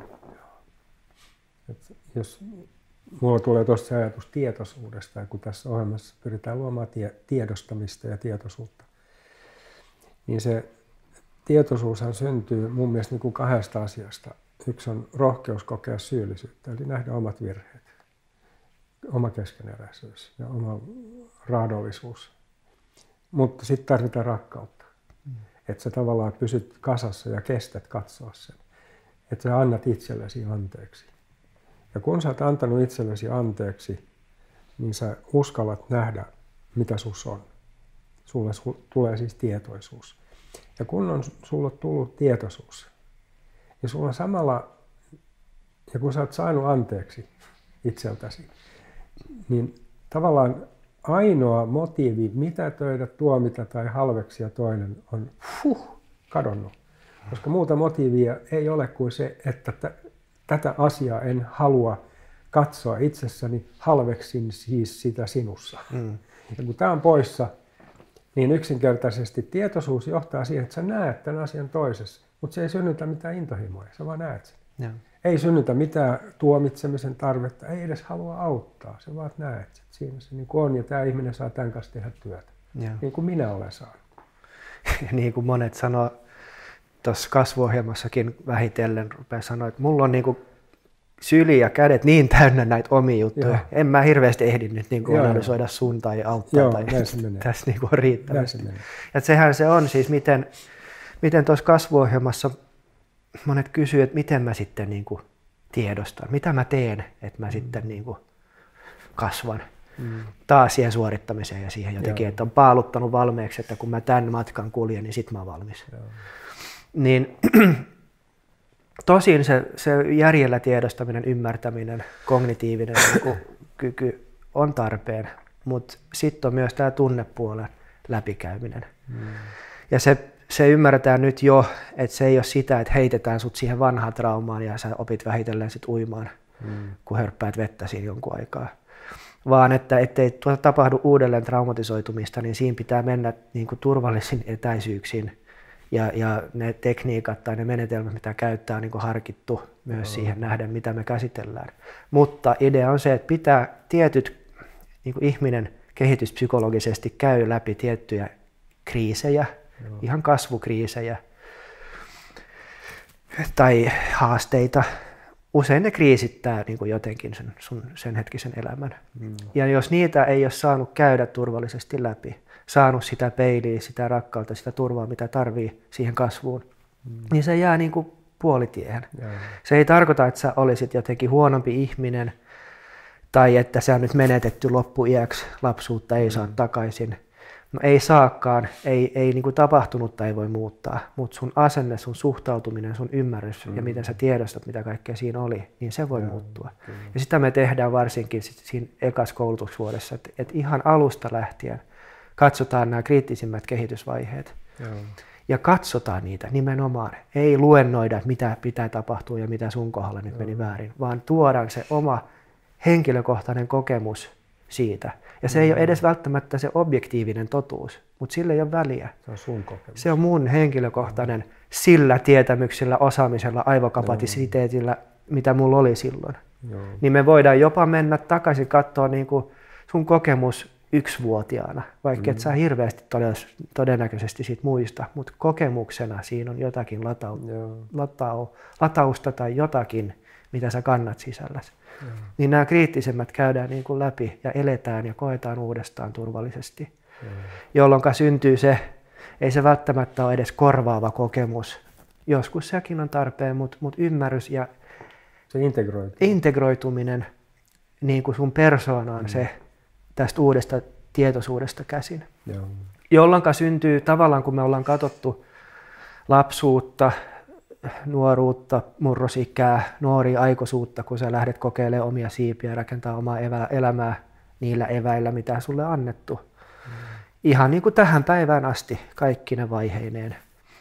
Et jos mulla tulee tuosta se ajatus tietoisuudesta, ja kun tässä ohjelmassa pyritään luomaan tie, tiedostamista ja tietoisuutta, niin se tietoisuushan syntyy mun mielestä niin kuin kahdesta asiasta. Yksi on rohkeus kokea syyllisyyttä, eli nähdä omat virheet, oma keskeneräisyys ja oma raadollisuus. Mutta sitten tarvitaan rakkautta, mm. että sä tavallaan pysyt kasassa ja kestät katsoa sen, että sä annat itsellesi anteeksi. Ja kun sä oot antanut itsellesi anteeksi, niin sä uskallat nähdä mitä sus on. Sulle su, tulee siis tietoisuus. Ja kun on sulle tullut tietoisuus, ja sulla on samalla, ja kun sä oot saanut anteeksi itseltäsi, niin tavallaan ainoa motiivi mitätöidä, tuomita tai halveksia toinen on fuh, kadonnut. Koska muuta motiivia ei ole kuin se, että t- tätä asiaa en halua katsoa itsessäni, halveksin siis sitä sinussa. Mm. Ja kun tämä on poissa, niin yksinkertaisesti tietoisuus johtaa siihen, että sä näet tämän asian toisessa, mutta se ei synnytä mitään intohimoja, sä vaan näet sen. Ja. Ei synnytä mitään tuomitsemisen tarvetta, ei edes halua auttaa, sä vaan näet sen. Siinä se niin kuin on ja tämä ihminen saa tämän kanssa tehdä työtä, ja. Niin kuin minä olen saanut. Ja niin kuin monet sanoo, tuossa kasvuohjelmassakin vähitellen rupeaa sanoa, että mulla on niin kuin syli ja kädet niin täynnä näitä omia juttuja. Joo. En mä hirveästi ehdi nyt niin kuin analysoida sun tai auttaa. Joo, tai tässä niin kuin on riittävästi. Ja sehän se on siis, miten, miten tuossa kasvuohjelmassa monet kysyy, että miten mä sitten niin kuin tiedostan, mitä mä teen, että mä mm. sitten niin kuin kasvan. Mm. Taas siihen suorittamiseen ja siihen jotenkin, Joo. että on paaluttanut valmiiksi, että kun mä tämän matkan kuljen, niin sit mä oon valmis. Joo. Niin tosin se, se järjellä tiedostaminen, ymmärtäminen, kognitiivinen niin kuin, kyky on tarpeen, mutta sitten on myös tämä tunnepuolen läpikäyminen. Mm. Ja se, se ymmärretään nyt jo, että se ei ole sitä, että heitetään sut siihen vanhaan traumaan ja sä opit vähitellen sit uimaan, mm. kun hörppäät vettä siinä jonkun aikaa. Vaan että ettei tuota tapahdu uudelleen traumatisoitumista, niin siinä pitää mennä niin kuin turvallisin etäisyyksiin. Ja, ja ne tekniikat tai ne menetelmät, mitä käyttää, on niin kuin harkittu myös Joo. siihen nähden, mitä me käsitellään. Mutta idea on se, että pitää tietyt, niin kuin ihminen kehityspsykologisesti käy läpi tiettyjä kriisejä, Joo. ihan kasvukriisejä tai haasteita. Usein ne kriisittää niin kuin jotenkin sen, sun, sen hetkisen elämän. Mm. Ja jos niitä ei ole saanut käydä turvallisesti läpi, saanut sitä peiliä, sitä rakkautta, sitä turvaa, mitä tarvii siihen kasvuun, mm. niin se jää niin kuin puolitiehen. Yeah. Se ei tarkoita, että sä olisit jotenkin huonompi ihminen tai että sä on nyt menetetty loppuiäksi, lapsuutta ei mm. saa takaisin. No ei saakaan, ei, ei niin kuin tapahtunutta ei voi muuttaa, mutta sun asenne, sun suhtautuminen, sun ymmärrys mm. ja miten sä tiedostat, mitä kaikkea siinä oli, niin se voi yeah. muuttua. Mm. Ja sitä me tehdään varsinkin sit siinä ekassa koulutusvuodessa, että et ihan alusta lähtien katsotaan nämä kriittisimmät kehitysvaiheet Joo. ja katsotaan niitä nimenomaan. Ei luennoida, että mitä pitää tapahtua ja mitä sun kohdalla nyt Joo. meni väärin, vaan tuodaan se oma henkilökohtainen kokemus siitä. Ja se mm. ei ole edes välttämättä se objektiivinen totuus, mutta sillä ei ole väliä. Se on sun kokemus. Se on mun henkilökohtainen mm. sillä tietämyksellä, osaamisella, aivokapasiteetilla, mitä mulla oli silloin. Joo. Niin me voidaan jopa mennä takaisin katsoa niin kuin sun kokemus yksivuotiaana, vaikka mm. et sä hirveästi todennäköisesti siitä muista, mutta kokemuksena siinä on jotakin latau, latau, latausta tai jotakin, mitä sä kannat sisälläsi. Joo. Niin nämä kriittisemmät käydään niin kuin läpi ja eletään ja koetaan uudestaan turvallisesti, Joo. jolloin syntyy se, ei se välttämättä ole edes korvaava kokemus. Joskus sekin on tarpeen, mutta mut ymmärrys ja se integroituminen, integroituminen niin kuin sun persoonaan mm. se tästä uudesta tietoisuudesta käsin. Joo. Jolloin syntyy tavallaan, kun me ollaan katsottu lapsuutta, nuoruutta, murrosikää, nuoria aikuisuutta, kun sä lähdet kokeilemaan omia siipiä ja rakentaa omaa evä, elämää niillä eväillä, mitä sulle annettu. Mm. Ihan niin kuin tähän päivään asti, kaikki ne vaiheineen.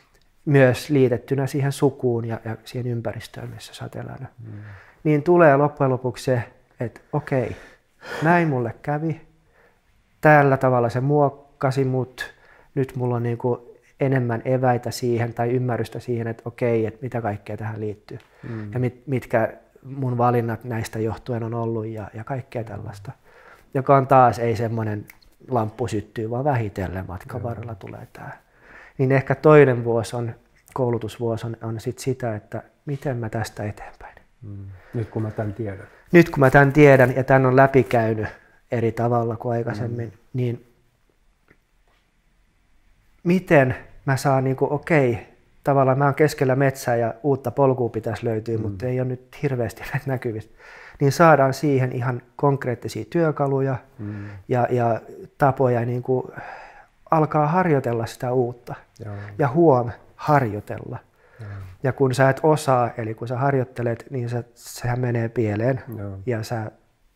Myös liitettynä siihen sukuun ja, ja siihen ympäristöön, missä sä oot elänyt. Mm. Niin tulee loppujen lopuksi se, että okei, näin mulle kävi, tällä tavalla se muokkasi mut, nyt mulla on niin kuin enemmän eväitä siihen tai ymmärrystä siihen, että okei, että mitä kaikkea tähän liittyy mm. ja mit, mitkä mun valinnat näistä johtuen on ollut ja, ja kaikkea tällaista. Joka on taas ei semmoinen lamppu syttyy, vaan vähitellen matkan varrella tulee tämä. Niin ehkä toinen vuosi on, koulutusvuosi on, on sit sitä, että miten mä tästä eteenpäin. Mm. Nyt kun mä tämän tiedän. Nyt kun mä tämän tiedän ja tämän on läpikäynyt eri tavalla kuin aikaisemmin, mm. niin miten mä saan, niin kuin, okei, tavallaan mä oon keskellä metsää ja uutta polkua pitäisi löytyä, mm. mutta ei ole nyt hirveästi näitä näkyvissä. Niin saadaan siihen ihan konkreettisia työkaluja mm. ja, ja tapoja niin kuin alkaa harjoitella sitä uutta. Joo. Ja huom, harjoitella. Joo. Ja kun sä et osaa, eli kun sä harjoittelet, niin se, sehän menee pieleen. Joo. Ja sä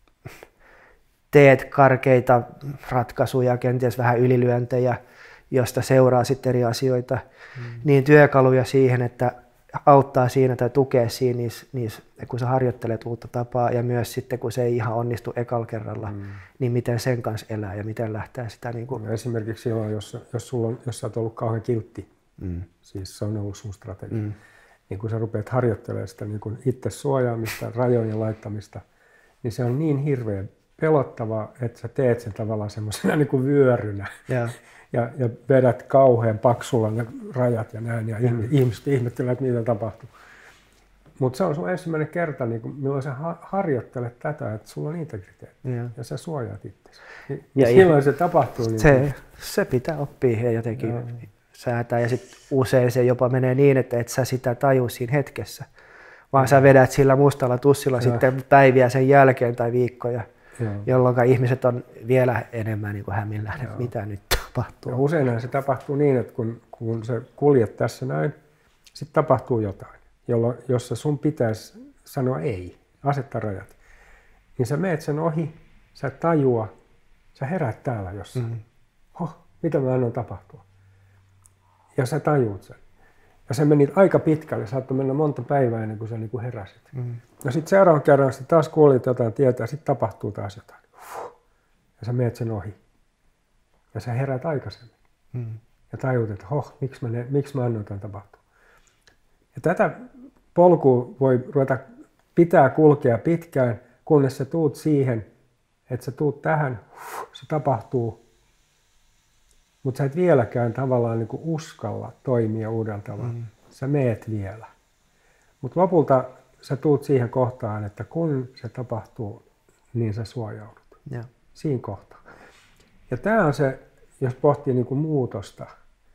teet karkeita ratkaisuja, kenties vähän ylilyöntejä, josta seuraa sitten eri asioita. Mm. Niin työkaluja siihen, että auttaa siinä tai tukee siinä, niissä, niissä, kun sä harjoittelet uutta tapaa ja myös sitten kun se ei ihan onnistu ekalla kerralla, mm. niin miten sen kanssa elää ja miten lähtee sitä niin kuin... Esimerkiksi silloin, jos, jos, sulla on, jos sä oot ollut kauhean kiltti, mm. siis se on ollut sun strategia, mm. niin kun sä rupeat harjoittelemaan sitä niin kun itse suojaamista, rajojen laittamista, niin se on niin hirveän pelottavaa, että sä teet sen tavallaan semmoisena niin kuin vyörynä. Yeah. Ja, ja vedät kauhean paksulla ne rajat ja näin, ja mm. ihmiset ihmettelevät, että mitä tapahtuu. Mutta se on sun ensimmäinen kerta, niin kun, milloin sä harjoittelet tätä, että sulla on integriteetti, ja, ja sä suojaat itsesi. Ja, ja silloin ja se tapahtuu. Niin se, kuin... se pitää oppia ja jotenkin ja. säätää, ja sitten usein se jopa menee niin, että et sä sitä tajuu siinä hetkessä, vaan ja. sä vedät sillä mustalla tussilla ja. sitten päiviä sen jälkeen tai viikkoja, ja. jolloin ihmiset on vielä enemmän niin kuin hämillään, että mitä nyt tapahtuu. Ja useinhan se tapahtuu niin, että kun, kun sä kuljet tässä näin, sitten tapahtuu jotain, jolloin, jossa sun pitäisi sanoa ei, asettaa rajat. Niin sä meet sen ohi, sä tajua, sä herät täällä jossain. Mm-hmm. Hoh, mitä mä annan tapahtua? Ja sä tajuut sen. Ja se meni aika pitkälle, saattoi mennä monta päivää ennen kuin sä niinku heräsit. Mm-hmm. Ja sitten seuraavan kerran sä taas kuulit jotain tietää, sitten tapahtuu taas jotain. Ja sä meet sen ohi. Ja sä herät aikaisemmin. Mm. Ja tajut, että hoh, miksi mä, ne, miksi mä annoin tämän tapahtua. Ja tätä polkua voi ruveta pitää kulkea pitkään, kunnes sä tuut siihen, että sä tuut tähän, se tapahtuu. Mutta sä et vieläkään tavallaan niin kuin uskalla toimia uudella tavalla. Mm. Sä meet vielä. Mutta lopulta sä tuut siihen kohtaan, että kun se tapahtuu, niin sä suojaudut. Yeah. Siinä kohtaa. Ja tämä on se, jos pohtii niin kuin muutosta,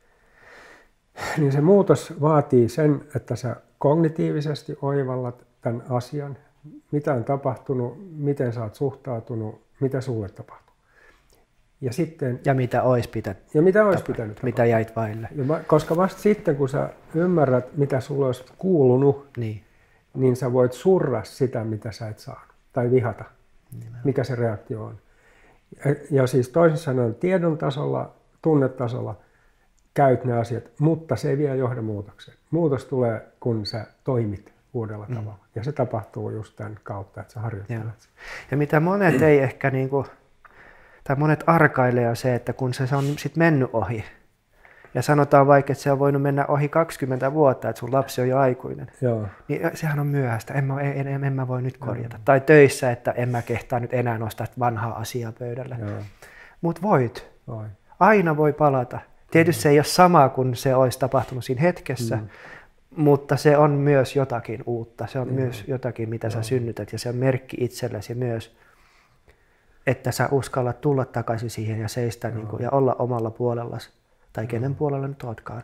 niin se muutos vaatii sen, että sä kognitiivisesti oivallat tämän asian, mitä on tapahtunut, miten sä oot suhtautunut, mitä sulle tapahtuu. Ja, sitten, ja mitä olisi pitänyt, ja mitä olisi pitänyt tapahtua. Mitä jäit vaille. Ja koska vasta sitten, kun sä ymmärrät, mitä sulle olisi kuulunut, niin, niin sä voit surra sitä, mitä sä et saanut, tai vihata, Nimenomaan. mikä se reaktio on. Ja, ja siis toisin sanoen tiedon tasolla, tunnetasolla käyt ne asiat, mutta se ei vielä johda muutokseen. Muutos tulee, kun sä toimit uudella mm. tavalla. Ja se tapahtuu just tämän kautta, että sä harjoittelet. Ja, ja mitä monet ei ehkä, niinku, tai monet arkailee on se, että kun se on sit mennyt ohi, ja sanotaan vaikka, että se on voinut mennä ohi kaksikymmentä vuotta, että sun lapsi on jo aikuinen, Joo. niin sehän on myöhäistä, en mä, en, en, en mä voi nyt korjata. Joo. Tai töissä, että en mä kehtaa nyt enää nostaa vanhaa asiaa pöydälle. Mutta voit. Voi. Aina voi palata. Tietysti se ei ole sama kuin se olisi tapahtunut siinä hetkessä, mm. mutta se on myös jotakin uutta. Se on mm. myös jotakin, mitä Joo. sä synnytät, ja se on merkki itsellesi myös, että sä uskallat tulla takaisin siihen ja seistä niin kuin, ja olla omalla puolellasi. Tai kenen puolella nyt ootkaan.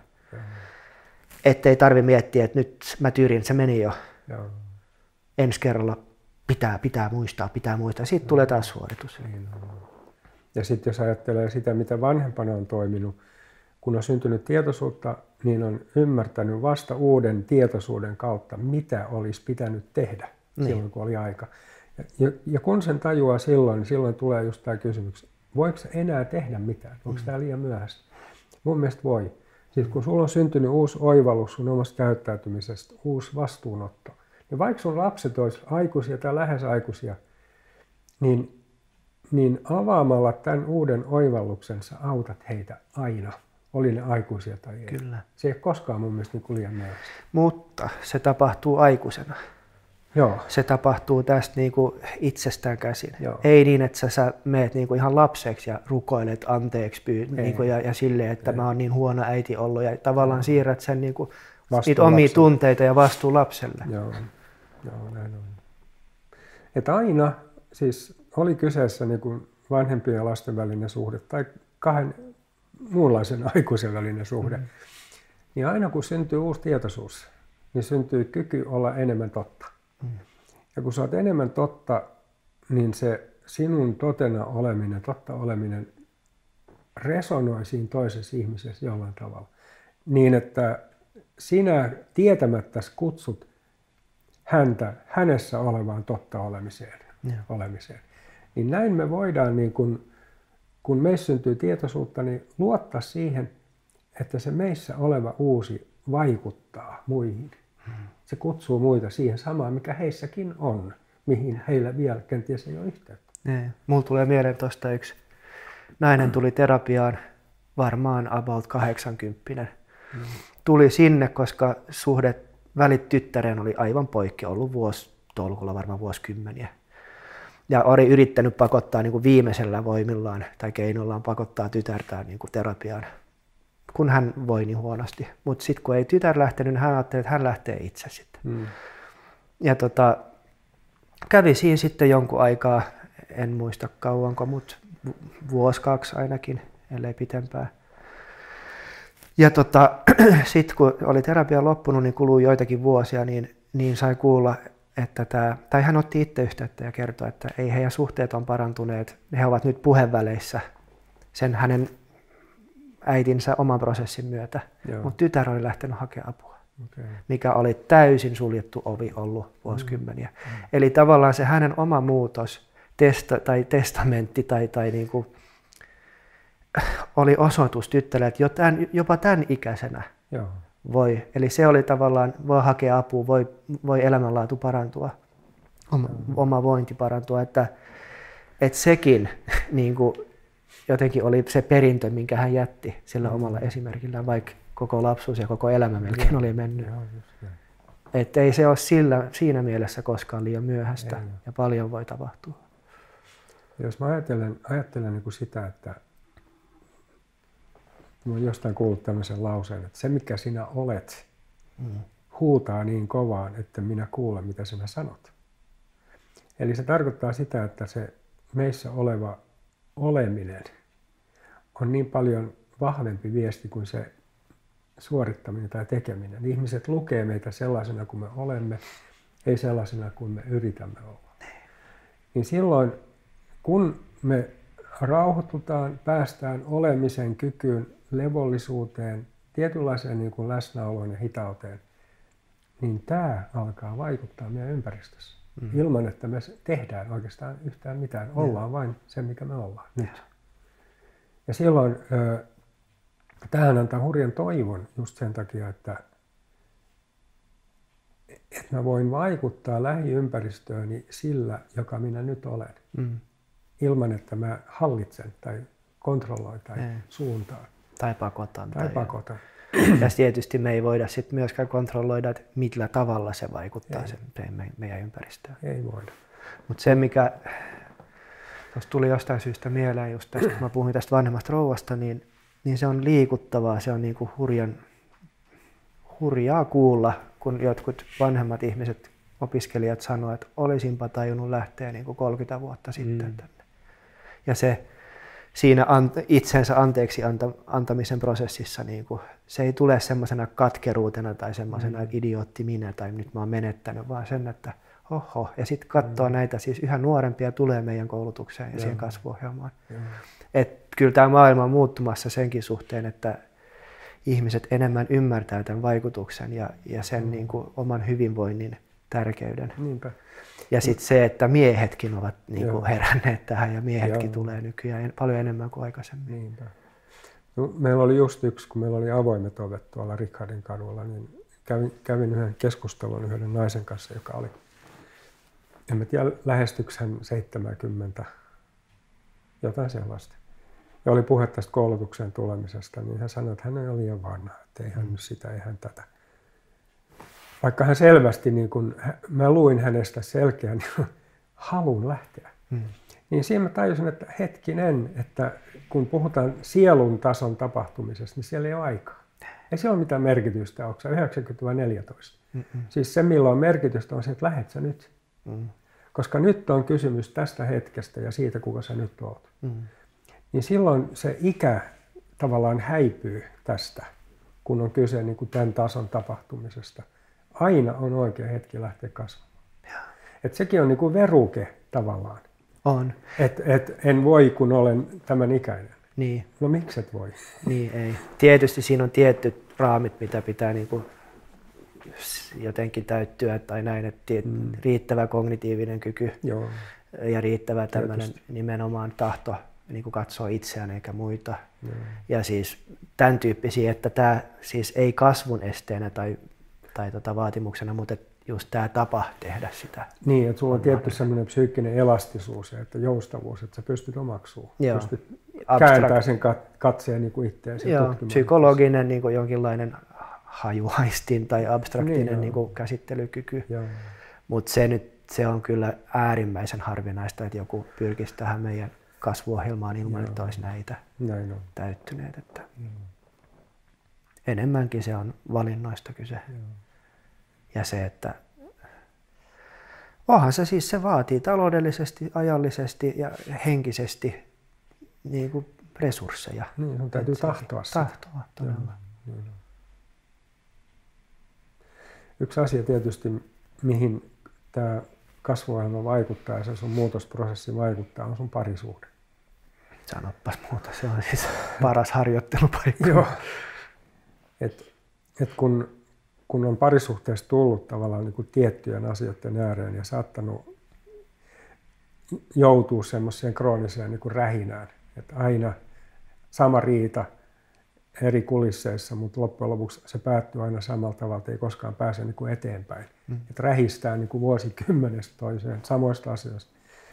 Että ei tarvitse miettiä, että nyt mä tyrin, se meni jo. Joo. Ensi kerralla pitää, pitää muistaa, pitää muistaa. Siitä Joo. tulee taas suoritus. Niin. Ja sitten jos ajattelee sitä, mitä vanhempana on toiminut, kun on syntynyt tietoisuutta, niin on ymmärtänyt vasta uuden tietoisuuden kautta, mitä olisi pitänyt tehdä niin. silloin, kun oli aika. Ja, ja kun sen tajuaa silloin, niin silloin tulee just tämä kysymys, voiko enää tehdä mitään? Onko mm. tämä liian myöhäistä? Mun mielestä voi. Siis kun sulla on syntynyt uusi oivallus sun omasta käyttäytymisestä, uusi vastuunotto, niin vaikka sun lapset olisi aikuisia tai lähes aikuisia, niin, niin avaamalla tämän uuden oivalluksen sä autat heitä aina, oli ne aikuisia tai ei. Kyllä. Se ei ole koskaan mun mielestä niin liian myöhäistä. Mutta se tapahtuu aikuisena. Joo. Se tapahtuu tästä niinku itsestään käsin. Joo. Ei niin, että sä, sä meet niinku ihan lapseksi ja rukoilet anteeksi pyy, niinku ja, ja silleen, että ei. Mä oon niin huono äiti ollut. Ja tavallaan siirrät sen niinku, niitä omia tunteita ja vastuu lapselle. Joo, Joo näin on. Että aina, siis oli kyseessä niinku vanhempien ja lasten välinen suhde tai kahden muunlaisen aikuisen välinen suhde, mm. niin aina kun syntyy uusi tietoisuus, niin syntyy kyky olla enemmän totta. Mm. Ja kun sä oot enemmän totta, niin se sinun totena oleminen, totta oleminen resonoi siinä toisessa ihmisessä jollain tavalla. Niin, että sinä tietämättäsi kutsut häntä hänessä olevaan totta olemiseen. Yeah. olemiseen. Niin näin me voidaan, niin kun, kun meissä syntyy tietoisuutta, niin luottaa siihen, että se meissä oleva uusi vaikuttaa muihin. Hmm. Se kutsuu muita siihen samaan, mikä heissäkin on, mihin heillä vielä kenties ei ole yhteyttä. Nee. Mulla tulee mieleen tuosta yksi nainen tuli terapiaan, varmaan about kahdeksankymppinen. Hmm. Tuli sinne, koska suhde välit tyttäreen oli aivan poikki, ollut vuositolkulla varmaan vuosikymmeniä. Ja oli yrittänyt pakottaa niin kuin viimeisellä voimillaan tai keinollaan pakottaa tytärtään niin kuin terapiaan, kun hän voi niin huonosti. Mutta sitten kun ei tytär lähtenyt, niin hän ajatteli, että hän lähtee itse sitten. Hmm. Ja tota, kävi siinä sitten jonkun aikaa, en muista kauanko, mutta vuosi kaksi ainakin, ellei pitempään. Ja tota, sitten kun oli terapia loppunut, niin kului joitakin vuosia, niin, niin sai kuulla, että tämä, tai hän otti itse yhteyttä ja kertoi, että ei heidän suhteet on parantuneet, he ovat nyt puheväleissä sen hänen äitinsä oman prosessin myötä, mutta tytär oli lähtenyt hakemaan apua, okay. mikä oli täysin suljettu ovi ollut vuosikymmeniä. Mm. Mm. Eli tavallaan se hänen oma muutos testa, tai testamentti tai, tai niin kuin, oli osoitus tyttärelle, että jopa tämän ikäisenä Joo. voi, eli se oli tavallaan, voi hakea apua, voi, voi elämänlaatu parantua, oma, oma vointi parantua, että, että sekin niin kuin, jotenkin oli se perintö, minkä hän jätti sillä mm. omalla esimerkillään, vaikka koko lapsuus ja koko elämä melkein ja, oli mennyt. Että ei se ole sillä, siinä mielessä koskaan liian myöhäistä ei, ja paljon voi tapahtua. Jos mä ajattelen, ajattelen niin kuin sitä, että mä oon jostain kuullut tämmöisen lauseen, että se mikä sinä olet mm. huutaa niin kovaan, että minä kuulen mitä sinä sanot. Eli se tarkoittaa sitä, että se meissä oleva oleminen on niin paljon vahvempi viesti kuin se suorittaminen tai tekeminen. Ihmiset lukee meitä sellaisena kuin me olemme, ei sellaisena kuin me yritämme olla. Niin silloin, kun me rauhoitutaan, päästään olemisen kykyyn, levollisuuteen, tietynlaiseen niin kuin läsnäoloon ja hitauteen, niin tämä alkaa vaikuttaa meidän ympäristössä. Mm. Ilman, että me tehdään oikeastaan yhtään mitään. Ollaan vain se, mikä me ollaan nyt. Ja silloin ö, tähän antaa hurjan toivon just sen takia, että, että mä voin vaikuttaa lähiympäristööni sillä, joka minä nyt olen. Mm. Ilman, että mä hallitsen tai kontrolloin tai ei. suuntaan. Tai pakotan. Tai, tai pakotan. Ja tietysti me ei voida sit myöskään kontrolloida, että millä tavalla se vaikuttaa sen meidän ympäristöön. Ei voida. Mutta se, mikä tuossa tuli jostain syystä mieleen, just tästä, kun mä puhuin tästä vanhemmasta rouvasta, niin, niin se on liikuttavaa, se on niinku hurjan, hurjaa kuulla, kun jotkut vanhemmat ihmiset, opiskelijat sanoo, että olisinpa tajunnut lähteä niinku kolmekymmentä vuotta sitten mm. tänne. Ja se siinä itsensä anteeksi antamisen prosessissa niin kuin, se ei tule semmoisena katkeruutena tai semmoisena mm. idiootti minä tai nyt mä oon menettänyt, vaan sen, että oho. Ja sitten katsoo mm. näitä, siis yhä nuorempia tulee meidän koulutukseen ja, ja. siihen kasvuohjelmaan. Että kyllä tämä maailma on muuttumassa senkin suhteen, että ihmiset enemmän ymmärtää tämän vaikutuksen ja, ja sen mm. niin kuin, oman hyvinvoinnin tärkeyden. Niinpä. Ja sitten se, että miehetkin ovat niin kuin heränneet tähän ja miehetkin Joo. tulee nykyään paljon enemmän kuin aikaisemmin. Niinpä. No, meillä oli just yksi, kun meillä oli avoimet ovet tuolla Rickardin kadulla, niin kävin, kävin yhden keskustelun yhden naisen kanssa, joka oli, en mä tiedä, lähestyksen seitsemänkymmentä, jotain sellaista. Ja oli puhe tästä koulutukseen tulemisesta, niin hän sanoi, että hän on liian vanha, että ei hän nyt sitä, ei hän tätä. Vaikka hän selvästi, niin kun mä luin hänestä selkeän halun lähteä, mm. niin siinä mä tajusin, että hetkinen, että kun puhutaan sielun tason tapahtumisesta, niin siellä ei ole aikaa. Ei siellä ole mitään merkitystä, onko se yhdeksänkymmentä vai neljätoista. Mm-mm. Siis se, milloin on merkitystä, on se, että lähet sä nyt. Mm. Koska nyt on kysymys tästä hetkestä ja siitä, kuka sä nyt oot. Mm. Niin silloin se ikä tavallaan häipyy tästä. kun on kyse niin kuin tämän tason tapahtumisesta. Aina on oikea hetki lähteä kasvamaan. Et sekin on niin kuin veruke tavallaan. On. Et, et en voi, kun olen tämän ikäinen. Niin. No miksi et voi? Niin, ei. Tietysti siinä on tietyt raamit, mitä pitää niin kuin jotenkin täyttyä tai näin, että mm. riittävä kognitiivinen kyky Joo. ja riittävä tämmöinen nimenomaan tahto niin kuin katsoa itseään eikä muita. Joo. Ja siis tämän tyyppisiä, että tämä siis ei kasvun esteenä tai, tai tota vaatimuksena, mutta just tämä tapa tehdä sitä. Niin, että sulla on tietty semmoinen psyykkinen elastisuus ja että joustavuus, että sä pystyt omaksumaan. Joo. Pystyt Abstrakt- kääntämään sen katseen niin kuin itseäsi. Joo, psykologinen niin kuin jonkinlainen hajuaistin tai abstraktinen niin, niin kuin käsittelykyky. Mutta se nyt se on kyllä äärimmäisen harvinaista, että joku pyrkisi tähän meidän kasvuohjelmaan ilman, joo, että olisi näitä näin on täyttyneet. Että enemmänkin se on valinnoista kyse. Joo. Ja se, että onhan se siis, se vaatii taloudellisesti, ajallisesti ja henkisesti niin kuin resursseja. Niin, sun täytyy tahtoa sitä. Tahtoa, todella. Joo, joo. Yksi asia tietysti, mihin tämä kasvuohjelma vaikuttaa ja se sun muutosprosessi vaikuttaa, on sun parisuhde. Sanopas muuta, se on siis paras harjoittelupaikka. Joo. Et, et kun, kun on parisuhteessa tullut tavallaan niin kuin tiettyjen asioiden ääreen ja saattanut joutua semmoiseen krooniseen niin kuin rähinään, että aina sama riita eri kulisseissa, mutta loppujen lopuksi se päättyy aina samalla tavalla, että ei koskaan pääse niin kuin eteenpäin. Mm. Että rähistää niin kuin vuosikymmenestä toiseen samoista asioista.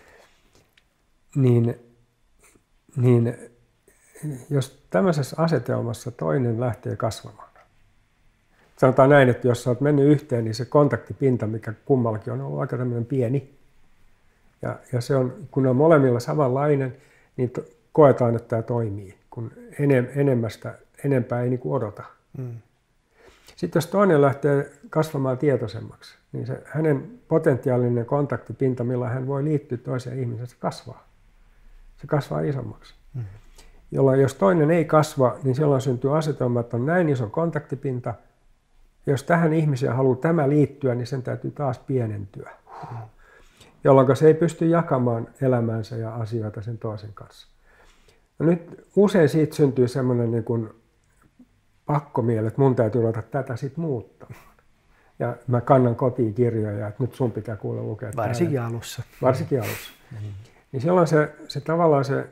Niin, niin jos tämmöisessä asetelmassa toinen lähtee kasvamaan, sanotaan näin, että jos sä oot mennyt yhteen, niin se kontaktipinta, mikä kummallakin on ollut aika tämmöinen pieni, ja, ja se on, kun on molemmilla samanlainen, niin to, koetaan, että tämä toimii, kun enem, enemmästä, enempää ei niin kuin odota. Mm. Sitten jos toinen lähtee kasvamaan tietoisemmaksi, niin se hänen potentiaalinen kontaktipinta, millä hän voi liittyä toiseen ihmiseen, se kasvaa. Se kasvaa isommaksi. Mm. Jolloin jos toinen ei kasva, niin silloin syntyy asetelma, että on näin iso kontaktipinta. Jos tähän ihmiseen haluaa tämä liittyä, niin sen täytyy taas pienentyä. Mm. Jolloin se ei pysty jakamaan elämäänsä ja asioita sen toisen kanssa. No nyt usein siitä syntyy semmoinen niin kuin pakkomiele, että mun täytyy ruveta tätä sitten muuttamaan. Ja mä kannan kotiin kirjoja, että nyt sun pitää kuulla lukea. Varsinkin täällä. alussa. Varsinkin alussa. Mm-hmm. Niin silloin se, se tavallaan se,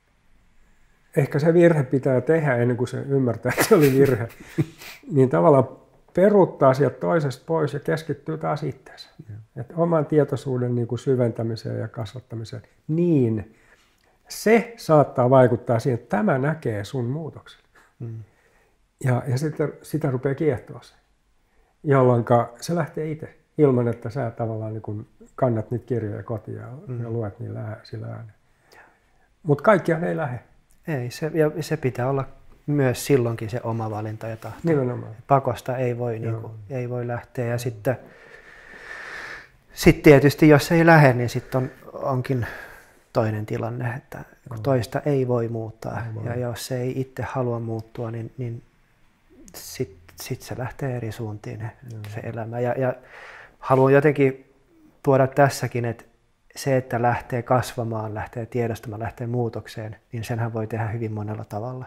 ehkä se virhe pitää tehdä ennen kuin se ymmärtää, että se oli virhe. Niin tavallaan peruuttaa sieltä toisesta pois ja keskittyy taas itseensä. Että oman tietoisuuden niin kuin syventämiseen ja kasvattamiseen. Niin se saattaa vaikuttaa siihen, että tämä näkee sun muutoksen. Mm. Ja, ja sitten sitä rupeaa kiehtoa se. Jolloin se lähtee itse, ilman että sä tavallaan niin kun kannat niitä kirjoja kotiin ja, mm. ja luet niillä sillä ääneen. Mutta kaikkiaan ei lähde. Ei, se, ja se pitää olla myös silloinkin se oma valinta ja tahto. Nimenomaan. Pakosta ei voi, niin kuin, ei voi lähteä. Ja sitten sit tietysti, jos ei lähde, niin sitten on, onkin toinen tilanne, että kun toista ei voi muuttaa. No, ja jos se ei itse halua muuttua, niin, niin sitten sit se lähtee eri suuntiin no. se elämä. Ja, ja haluan jotenkin tuoda tässäkin, että se, että lähtee kasvamaan, lähtee tiedostamaan, lähtee muutokseen, niin senhän voi tehdä hyvin monella tavalla.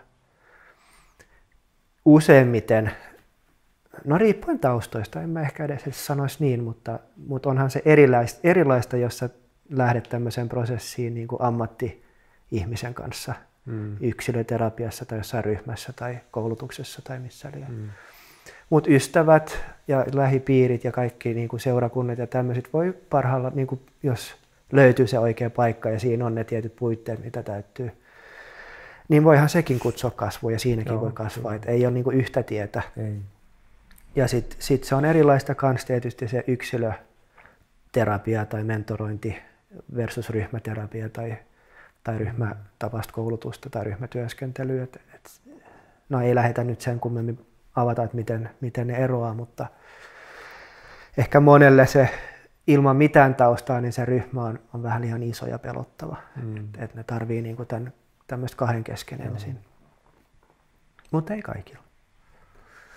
Useimmiten, no riippuen taustoista, en mä ehkä edes sanoisi niin, mutta, mutta onhan se erilaista, erilaista, jos sä lähdet tämmöiseen prosessiin niin kuin ammatti-ihmisen kanssa, mm. yksilöterapiassa tai jossain ryhmässä tai koulutuksessa tai missä liian. Mm. Mutta ystävät ja lähipiirit ja kaikki niin kuin seurakunnat ja tämmöiset voi parhaalla, niin kuin, jos löytyy se oikea paikka ja siinä on ne tietyt puitteet, mitä täytyy, niin voihan sekin kutsua kasvua ja siinäkin Joo, voi kasvaa, että ei ole niin kuin yhtä tietä. Ei. Ja sitten sit se on erilaista kans tietysti se yksilöterapia tai mentorointi versus ryhmäterapia tai, tai ryhmätapaista koulutusta tai ryhmätyöskentelyä. Et, et, no ei lähdetä nyt sen kummemmin avata, että miten, miten ne eroaa, mutta ehkä monelle se ilman mitään taustaa, niin se ryhmä on, on vähän liian iso ja pelottava. Mm. Että et ne tarvii niinku tämän tämmöistä kahden kesken ensin. Mutta ei kaikilla.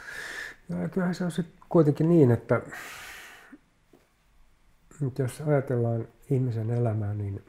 Ja kyllähän se on sitten kuitenkin niin, että nyt jos ajatellaan ihmisen elämää, niin,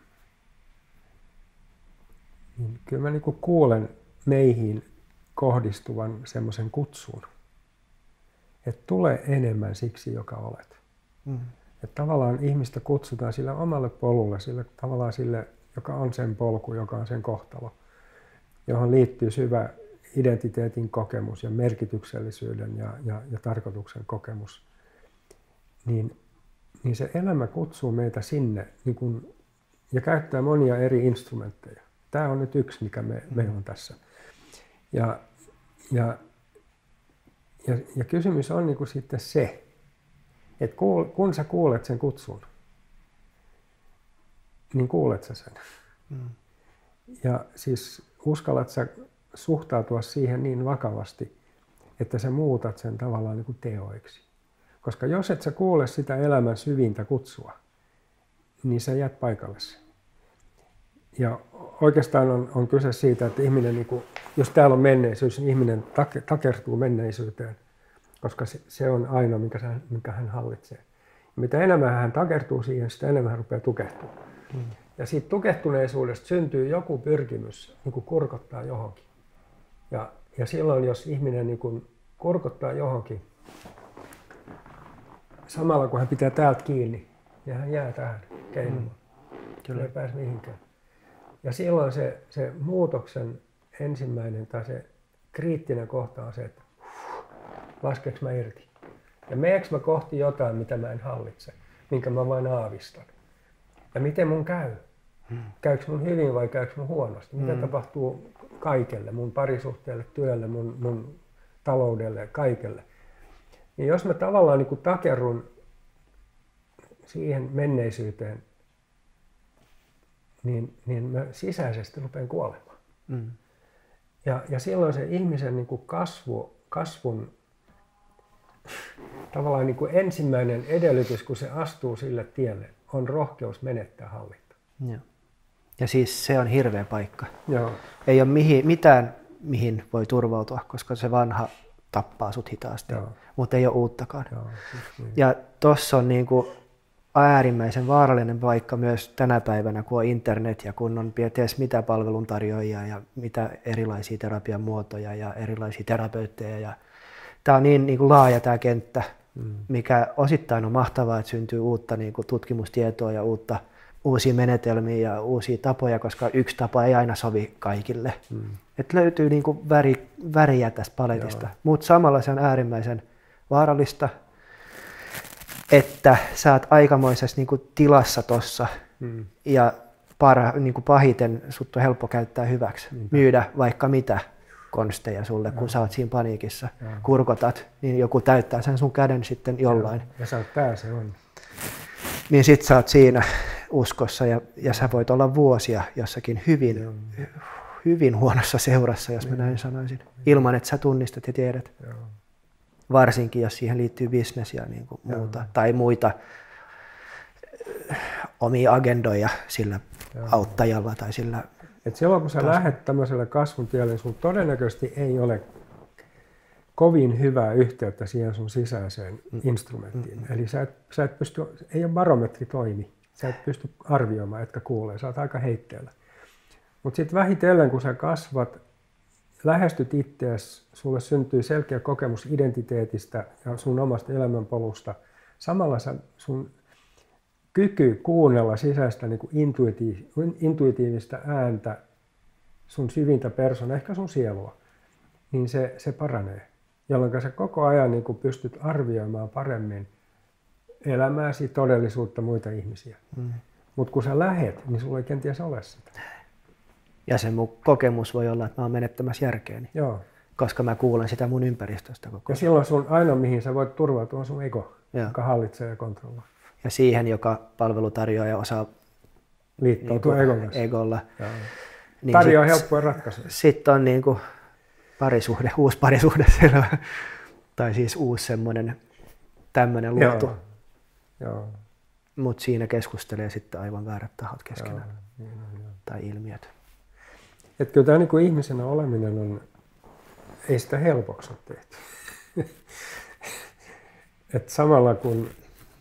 niin kyllä mä niin kuin kuulen meihin kohdistuvan semmoisen kutsun, että tule enemmän siksi, joka olet. Mm. Että tavallaan ihmistä kutsutaan sille omalle polulle, sille, tavallaan sille, joka on sen polku, joka on sen kohtalo, johon liittyy syvä identiteetin kokemus ja merkityksellisyyden ja, ja, ja tarkoituksen kokemus. Niin, niin se elämä kutsuu meitä sinne niin kun, ja käyttää monia eri instrumentteja. Tämä on nyt yksi, mikä me, mm. meillä on tässä. Ja, ja, ja, ja kysymys on niin kuin sitten se, että kuul, kun sä kuulet sen kutsun, niin kuulet sä sen. Mm. Ja siis uskallat sä suhtautua siihen niin vakavasti, että sä muutat sen tavallaan niin kuin teoiksi. Koska jos et sä kuule sitä elämän syvintä kutsua, niin sä jäät paikallesi. Ja oikeastaan on, on kyse siitä, että ihminen, niin kuin, jos täällä on menneisyys, niin ihminen take, takertuu menneisyyteen, koska se, se on ainoa, minkä, hän, minkä hän hallitsee. Ja mitä enemmän hän takertuu siihen, sitä enemmän hän rupeaa tukehtumaan. Hmm. Ja siitä tukehtuneisuudesta syntyy joku pyrkimys niin kuin kurkottaa johonkin. Ja, ja silloin, jos ihminen niin kuin kurkottaa johonkin, samalla kun hän pitää täältä kiinni, niin hän jää tähän keinumaan. Hmm. Ei pääse mihinkään. Ja silloin se, se muutoksen ensimmäinen tai se kriittinen kohta on se, että laskeeko mä irti. Ja meneekö mä kohti jotain, mitä mä en hallitse, minkä mä vain aavistan. Ja miten mun käy? Hmm. Käykö mun hyvin vai käykö mun huonosti? Mitä hmm. tapahtuu kaikelle, mun parisuhteelle, työlle, mun, mun taloudelle, kaikelle. Ja jos mä tavallaan niin kuin takerrun siihen menneisyyteen, niin, niin mä sisäisesti rupean kuolemaan. Mm. Ja, ja silloin se ihmisen niin kuin kasvu, kasvun tavallaan niin kuin ensimmäinen edellytys, kun se astuu sille tielle, on rohkeus menettää hallinta. Joo. Ja siis se on hirveä paikka. Joo. Ei ole mihin, mitään, mihin voi turvautua, koska se vanha tappaa sut hitaasti, Joo. mutta ei ole uuttakaan. Joo, niin. Ja tossa on niin kuin äärimmäisen vaarallinen paikka myös tänä päivänä, kun on internet ja kun on ties mitä palveluntarjoajia ja mitä erilaisia terapian muotoja ja erilaisia terapeutteja. Ja tämä on niin, niin kuin laaja tämä kenttä, mm. mikä osittain on mahtavaa, että syntyy uutta niin kuin tutkimustietoa ja uutta, uusia menetelmiä ja uusia tapoja, koska yksi tapa ei aina sovi kaikille. Mm. Et löytyy niin kuin väri, väriä tästä paletista, mutta samalla se on äärimmäisen vaarallista, että sä oot aikamoisessa niin kuin tilassa tossa mm. ja parha, niin kuin pahiten sut on helppo käyttää hyväksi, mm. myydä vaikka mitä konsteja sulle, kun ja. Sä oot siinä paniikissa, ja. Kurkotat, niin joku täyttää sen sun käden sitten jollain. Ja, ja sä oot tää se on. Niin sit sä oot siinä uskossa ja, ja sä voit olla vuosia jossakin hyvin, ja. hyvin huonossa seurassa, jos ja. Mä näin sanoisin, ja. Ilman että sä tunnistat ja tiedät. Ja. Varsinkin, jos siihen liittyy business ja niin kuin muuta, tai muita omia agendoja sillä Joo. auttajalla tai sillä. Et silloin kun sä taas lähdet tämmöiselle kasvun tielle, niin sun todennäköisesti ei ole kovin hyvää yhteyttä siihen sun sisäiseen mm. instrumenttiin. Mm. Eli sä et, sä et pysty, ei ole barometri toimi, sä et pysty arvioimaan, etkä kuulee, sä oot aika heitteellä. Mutta sitten vähitellen, kun sä kasvat, lähestyt itseäsi, sulle syntyy selkeä kokemus identiteetistä ja sun omasta elämänpolusta. Samalla sun kyky kuunnella sisäistä niin kuin intuitiiv- intuitiivista ääntä, sun syvintä persoonaa, ehkä sun sielua, niin se, se paranee. Jolloin sä koko ajan niin kuin pystyt arvioimaan paremmin elämääsi, todellisuutta, muita ihmisiä. Mm. Mutta kun sä lähet, niin sulla ei kenties ole sitä. Ja se mun kokemus voi olla, että mä oon menettämässä järkeäni, Joo. koska mä kuulen sitä mun ympäristöstä koko ajan. Ja silloin sun ainoa, mihin sä voit turvautua, on sun ego, Joo. joka hallitsee ja kontrolloi. Ja siihen, joka palvelutarjoaja osaa liittoutua niin egolla. Niin tarjoaa helppoja ratkaisuja. Sitten on niin kuin parisuhde, uusi parisuhde selvä. Tai siis uusi semmoinen tämmöinen luotu. Joo. Joo. Mutta siinä keskustelee sitten aivan väärät tahot keskenään. Joo. Joo. Tai ilmiöt. Että kyllä tämä niin kuin ihmisenä oleminen on, ei sitä helpoksi ole tehty. että samalla kun,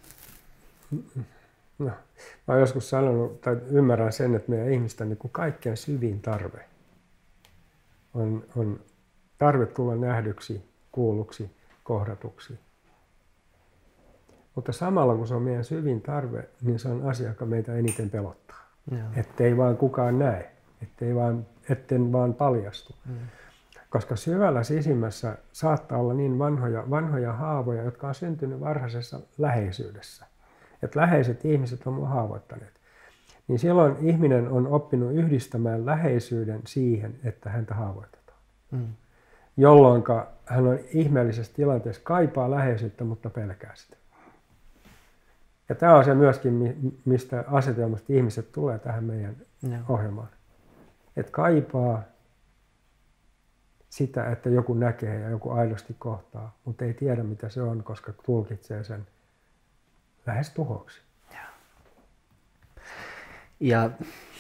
no, mä oon joskus sanonut, tai ymmärrän sen, että meidän ihmisten niin kuin kaikkein syvin tarve on, on tarve tulla nähdyksi, kuulluksi, kohdatuksi. Mutta samalla kun se on meidän syvin tarve, niin se on asia, joka meitä eniten pelottaa. Ettei vaan kukaan näe, ettei vaan, etten vaan paljastu. Mm. Koska syvällä sisimmässä saattaa olla niin vanhoja, vanhoja haavoja, jotka on syntynyt varhaisessa läheisyydessä. Että läheiset ihmiset on mua haavoittaneet. Niin silloin ihminen on oppinut yhdistämään läheisyyden siihen, että häntä haavoitetaan. Mm. Jolloin hän on ihmeellisessä tilanteessa, kaipaa läheisyyttä, mutta pelkää sitä. Ja tämä on se myöskin, mistä asetelmasta ihmiset tulee tähän meidän no. ohjelmaan. Että kaipaa sitä, että joku näkee ja joku aidosti kohtaa, mutta ei tiedä mitä se on, koska tulkitsee sen lähes tuhoksi. Ja, ja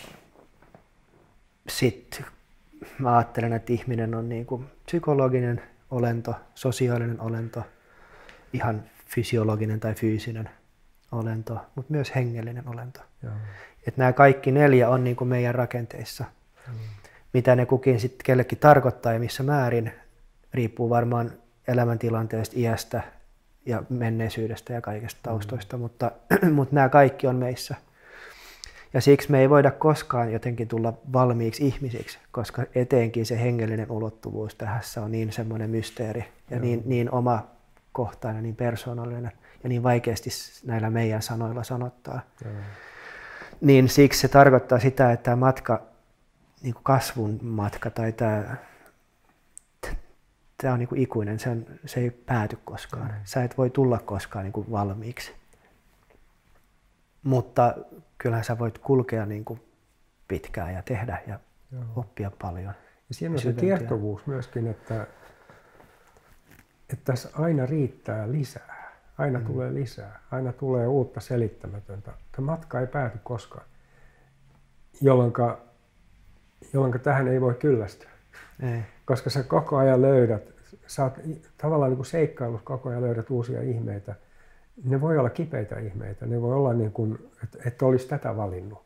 sitten mä ajattelen, että ihminen on niin kuin psykologinen olento, sosiaalinen olento, ihan fysiologinen tai fyysinen olento, mutta myös hengellinen olento. Että nämä kaikki neljä on niin kuin meidän rakenteissa. Mm. Mitä ne kukin sitten kellekin tarkoittaa ja missä määrin, riippuu varmaan elämäntilanteesta, iästä ja menneisyydestä ja kaikista taustoista, mm. mutta, mutta nämä kaikki on meissä. Ja siksi me ei voida koskaan jotenkin tulla valmiiksi ihmisiksi, koska eteenkin se hengellinen ulottuvuus tässä on niin semmoinen mysteeri ja niin, niin omakohtainen, niin persoonallinen ja niin vaikeasti näillä meidän sanoilla sanottaa. Mm. Niin siksi se tarkoittaa sitä, että tämä matka, niin kuin kasvun matka tai tämä, tämä on niin kuin ikuinen, se, on, se ei pääty koskaan. Mm. Sä et voi tulla koskaan niin kuin valmiiksi. Mutta kyllähän sä voit kulkea niin kuin pitkään ja tehdä ja Joo. oppia paljon. Ja siinä on se kiertovuus myöskin, että, että tässä aina riittää lisää. Aina mm. tulee lisää. Aina tulee uutta selittämätöntä. Tämä matka ei pääty koskaan. Jolloinka, jolloinka tähän ei voi kyllästyä. Ei. Koska sä koko ajan löydät, sä oot tavallaan niin kuin seikkailussa koko ajan löydät uusia ihmeitä. Ne voi olla kipeitä ihmeitä. Ne voi olla niin kuin, että et olisi tätä valinnut,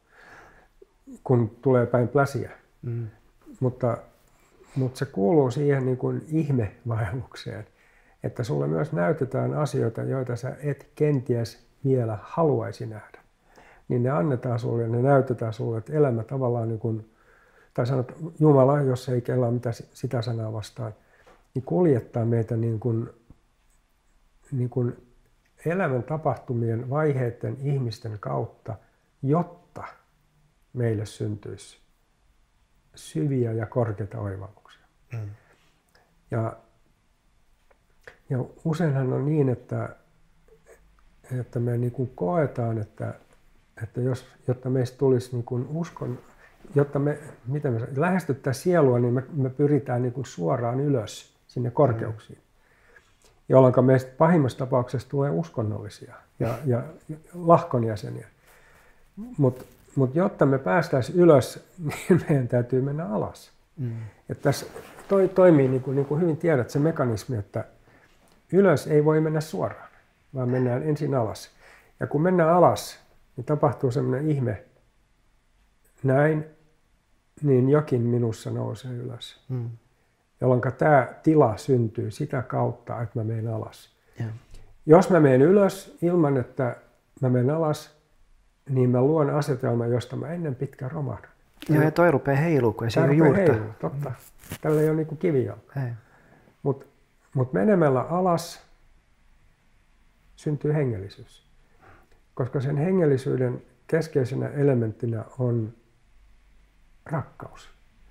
kun tulee päin pläsiä. Mm. Mutta, mutta se kuuluu siihen niin kuin ihmevaellukseen, että sulle myös näytetään asioita, joita sä et kenties vielä haluaisi nähdä. Niin ne annetaan sulle ja ne näytetään sulle, että elämä tavallaan, niin kuin, tai sanot Jumala, jos ei kelaa mitä sitä sanaa vastaan, niin kuljettaa meitä niin kuin, niin kuin elämän tapahtumien, vaiheiden, ihmisten kautta, jotta meille syntyisi syviä ja korkeita oivalluksia. Mm. Ja, ja useinhan on niin, että, että me niin kuin koetaan, että, että jos, jotta meistä tulisi niin kuin uskon, jotta me, miten me lähestyttäisiin sielua, niin me, me pyritään niin kuin suoraan ylös sinne korkeuksiin. Mm. Jolloin meistä pahimmassa tapauksessa tulee uskonnollisia ja, ja lahkonjäseniä. Mutta mut jotta me päästäisiin ylös, niin meidän täytyy mennä alas. Mm. Ja tässä toi, toimii, niin kuin, niin kuin hyvin tiedät, se mekanismi, että ylös ei voi mennä suoraan, vaan mennään ensin alas. Ja kun mennään alas, niin tapahtuu semmoinen ihme, näin, niin jokin minussa nousee ylös. Mm. Jolloin tämä tila syntyy sitä kautta, että mä menen alas. Ja. Jos mä menen ylös ilman, että mä menen alas, niin mä luon asetelman, josta mä ennen pitkään romahdan. Joo, ja toi rupeaa heilumaan, kun ei siinä ole juurta. Heiluu, totta. Mm. Tällä ei ole niin kuin kivijalka. Mutta mut menemällä alas syntyy hengellisyys. Koska sen hengellisyyden keskeisenä elementtinä on rakkaus.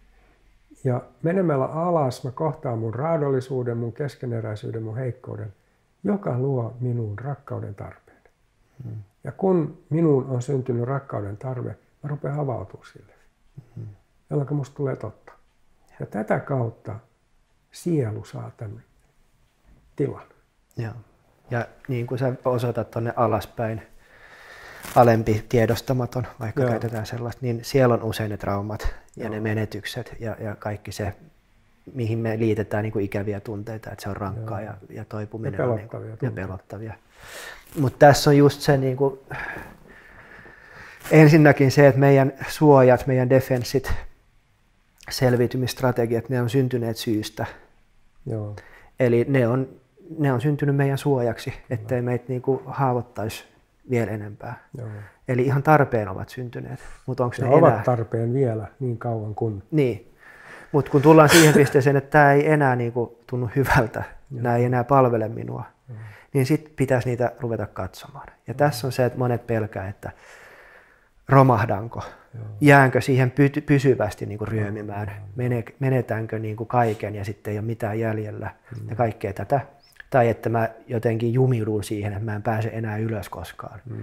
Ja menemällä alas mä kohtaan mun raadollisuuden, mun keskeneräisyyden, mun heikkouden, joka luo minuun rakkauden tarpeen. Hmm. Ja kun minuun on syntynyt rakkauden tarve, mä rupean avautumaan sille, hmm. jolloin musta tulee totta. Ja tätä kautta sielu saa tämän tilan. Joo. Ja niin kuin sä osoitat tuonne alaspäin, alempi tiedostamaton, vaikka Joo. käytetään sellaista, niin siellä on usein ne traumat ja Joo. ne menetykset ja, ja kaikki se, mihin me liitetään niin kuin ikäviä tunteita, että se on rankkaa ja, ja toipuminen ja on pelottavia. Niin kuin, ja pelottavia. Mutta tässä on just se niin kuin, ensinnäkin se, että meidän suojat, meidän defenssit, selviytymistrategiat, ne on syntyneet syystä. Joo. Eli ne on, ne on syntynyt meidän suojaksi, ettei meitä niin kuin haavoittaisi vielä enempää. Joo. Eli ihan tarpeen ovat syntyneet. Mut onko ja ne ovat enää... tarpeen vielä niin kauan kuin... Niin. Mutta kun tullaan siihen pisteeseen, että tämä ei enää niinku tunnu hyvältä, nämä ei enää palvele minua, mm. niin sitten pitäisi niitä ruveta katsomaan. Ja mm. tässä on se, että monet pelkää, että romahdanko, Joo. jäänkö siihen py- pysyvästi niinku ryömimään, mm. menetäänkö niinku kaiken ja sitten ei ole mitään jäljellä mm. ja kaikkea tätä. Tai että mä jotenkin jumiudun siihen, että mä en pääse enää ylös koskaan. Mm.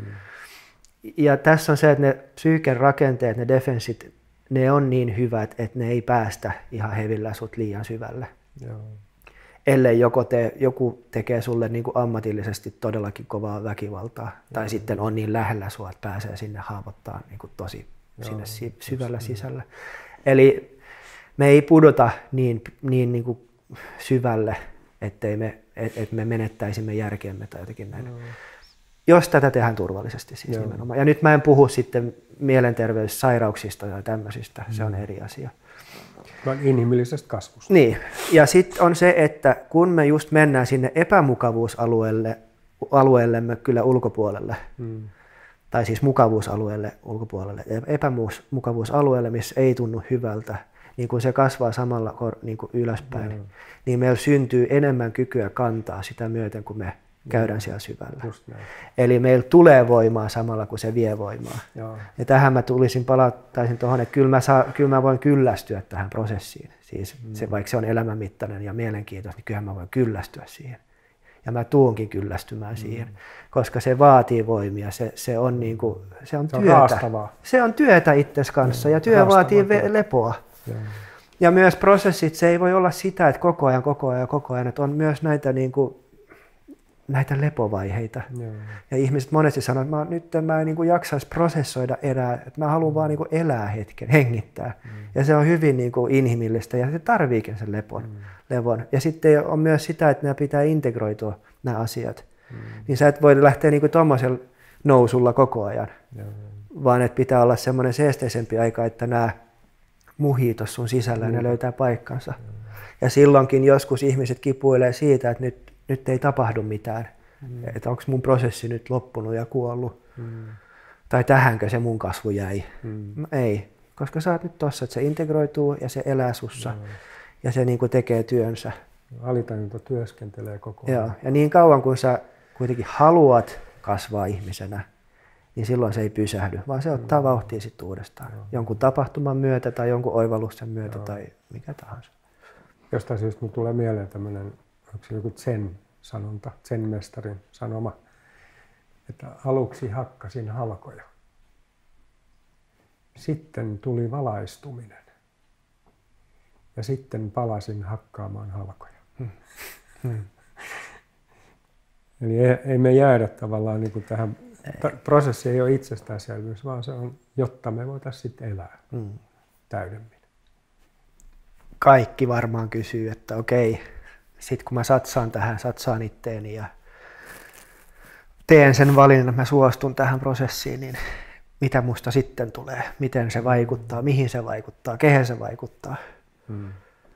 Ja tässä on se, että ne psyyken rakenteet, ne defenssit, ne on niin hyvät, että ne ei päästä ihan hevillä sut liian syvälle. Joo. Ellei joko te, joku tekee sulle niin kuin ammatillisesti todellakin kovaa väkivaltaa, Joo. tai sitten on niin lähellä sua, että pääsee sinne haavoittaa niin kuin tosi Joo. sinne si- syvällä sisällä. Eli me ei pudota niin, niin, niin kuin syvälle, ettei me, et, et me menettäisimme järkeemme tai jotenkin näin. Joo. Jos tätä tehdään turvallisesti siis Joo. nimenomaan. Ja nyt mä en puhu sitten mielenterveyssairauksista tai tämmöisistä, mm. se on eri asia. Vaan inhimillisestä kasvusta. Niin, ja sitten on se, että kun me just mennään sinne epämukavuusalueelle, alueellemme kyllä ulkopuolelle, mm. tai siis mukavuusalueelle ulkopuolelle, epämukavuusalueelle, missä ei tunnu hyvältä, niin kun se kasvaa samalla niin kuin ylöspäin, mm. niin meillä syntyy enemmän kykyä kantaa sitä myöten, kun me käydään siellä syvällä. Eli meillä tulee voimaa samalla, kun se vie voimaa. Joo. Ja tähän mä tulisin, palauttaisin tuohon, että kyllä mä, saa, kyllä mä voin kyllästyä tähän prosessiin. Siis mm. se, vaikka se on elämänmittainen ja mielenkiintoista, niin kyllä mä voin kyllästyä siihen. Ja mä tuunkin kyllästymään mm. siihen, koska se vaatii voimia. Se, se on, niin kuin, se on se työtä. On haastavaa. Se on työtä itsesi kanssa ja työ haastavaa vaatii työ. lepoa. Joo. Ja myös prosessit, se ei voi olla sitä, että koko ajan, koko ajan, koko ajan, että on myös näitä niin kuin, näitä lepovaiheita. Joo. Ja ihmiset monesti sanoo, että mä, nyt mä en niin kuin jaksaisi prosessoida erää, että mä haluan mm. vaan niin kuin elää hetken, hengittää. Mm. Ja se on hyvin niin kuin inhimillistä ja se tarviikin sen lepon, mm. levon. Ja sitten on myös sitä, että nämä pitää integroitua nämä asiat. Mm. Niin sä et voi lähteä niin kuin tommosella nousulla koko ajan, Joo. vaan että pitää olla semmoinen seesteisempi aika, että nämä muhii tuossa sun sisällä mm. ja ne löytää paikkansa. Mm. Ja silloinkin joskus ihmiset kipuilee siitä, että nyt Nyt ei tapahdu mitään, mm. että onko mun prosessi nyt loppunut ja kuollut, mm. tai tähänkö se mun kasvu jäi. Mm. Ei, koska sä oot nyt tossa, että se integroituu ja se elää sussa mm. ja se niinku tekee työnsä. Alitajunta työskentelee koko ajan. Joo. Ja niin kauan kun sä kuitenkin haluat kasvaa ihmisenä, niin silloin se ei pysähdy, vaan se ottaa mm. vauhtia sitten uudestaan. Joo. Jonkun tapahtuman myötä tai jonkun oivalluksen myötä Joo. tai mikä tahansa. Jostain syystä mun tulee mieleen tämmöinen, onko se joku zen-sanonta, zen-mestarin sanoma, että aluksi hakkasin halkoja. Sitten tuli valaistuminen. Ja sitten palasin hakkaamaan halkoja. Hmm. Hmm. Eli ei, ei me jäädä tavallaan niin kuin tähän, ei. prosessi ei ole itsestäänselvyys, vaan se on, jotta me voitaisiin sitten elää hmm. täydemmin. Kaikki varmaan kysyy, että okei, sitten kun mä satsaan tähän, satsaan itteeni ja teen sen valinnan, että mä suostun tähän prosessiin, niin mitä musta sitten tulee? Miten se vaikuttaa? Mihin se vaikuttaa? Kehen se vaikuttaa? Hmm.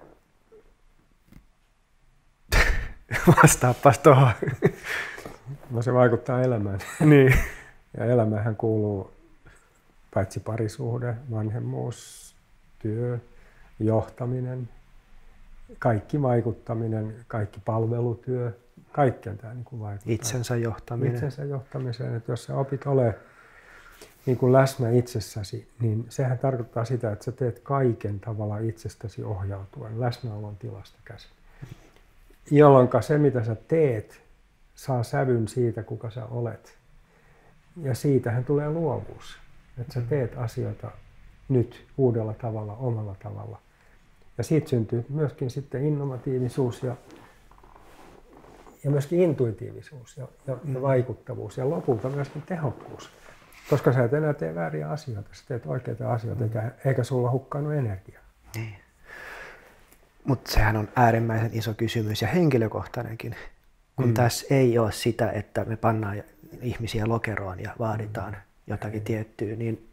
Vastaappas tuohon. No se vaikuttaa elämään. Niin. Ja elämähän kuuluu paitsi parisuhde, vanhemmuus, työ, johtaminen, kaikki vaikuttaminen, kaikki palvelutyö, kaikkeen tämä niin kuin vaikuttaa. Itsensä johtaminen. Itsensä johtamiseen, että jos sä opit ole niin kuin läsnä itsessäsi, niin sehän tarkoittaa sitä, että sä teet kaiken tavallaan itsestäsi ohjautuen, läsnäolon tilasta käsin. Jolloin se, mitä sä teet, saa sävyn siitä, kuka sä olet. Ja siitähän tulee luovuus, että sä teet asioita nyt uudella tavalla, omalla tavalla. Ja siitä syntyy myöskin sitten innovatiivisuus ja, ja myöskin intuitiivisuus ja, ja, ja vaikuttavuus ja lopulta myöskin tehokkuus. Koska sä et enää tee vääriä asioita, sä teet oikeita asioita, eikä, eikä sulla hukkaanut energiaa. Niin. Mutta sehän on äärimmäisen iso kysymys ja henkilökohtainenkin, kun mm. tässä ei ole sitä, että me pannaan ihmisiä lokeroon ja vaaditaan mm. jotakin tiettyä. Niin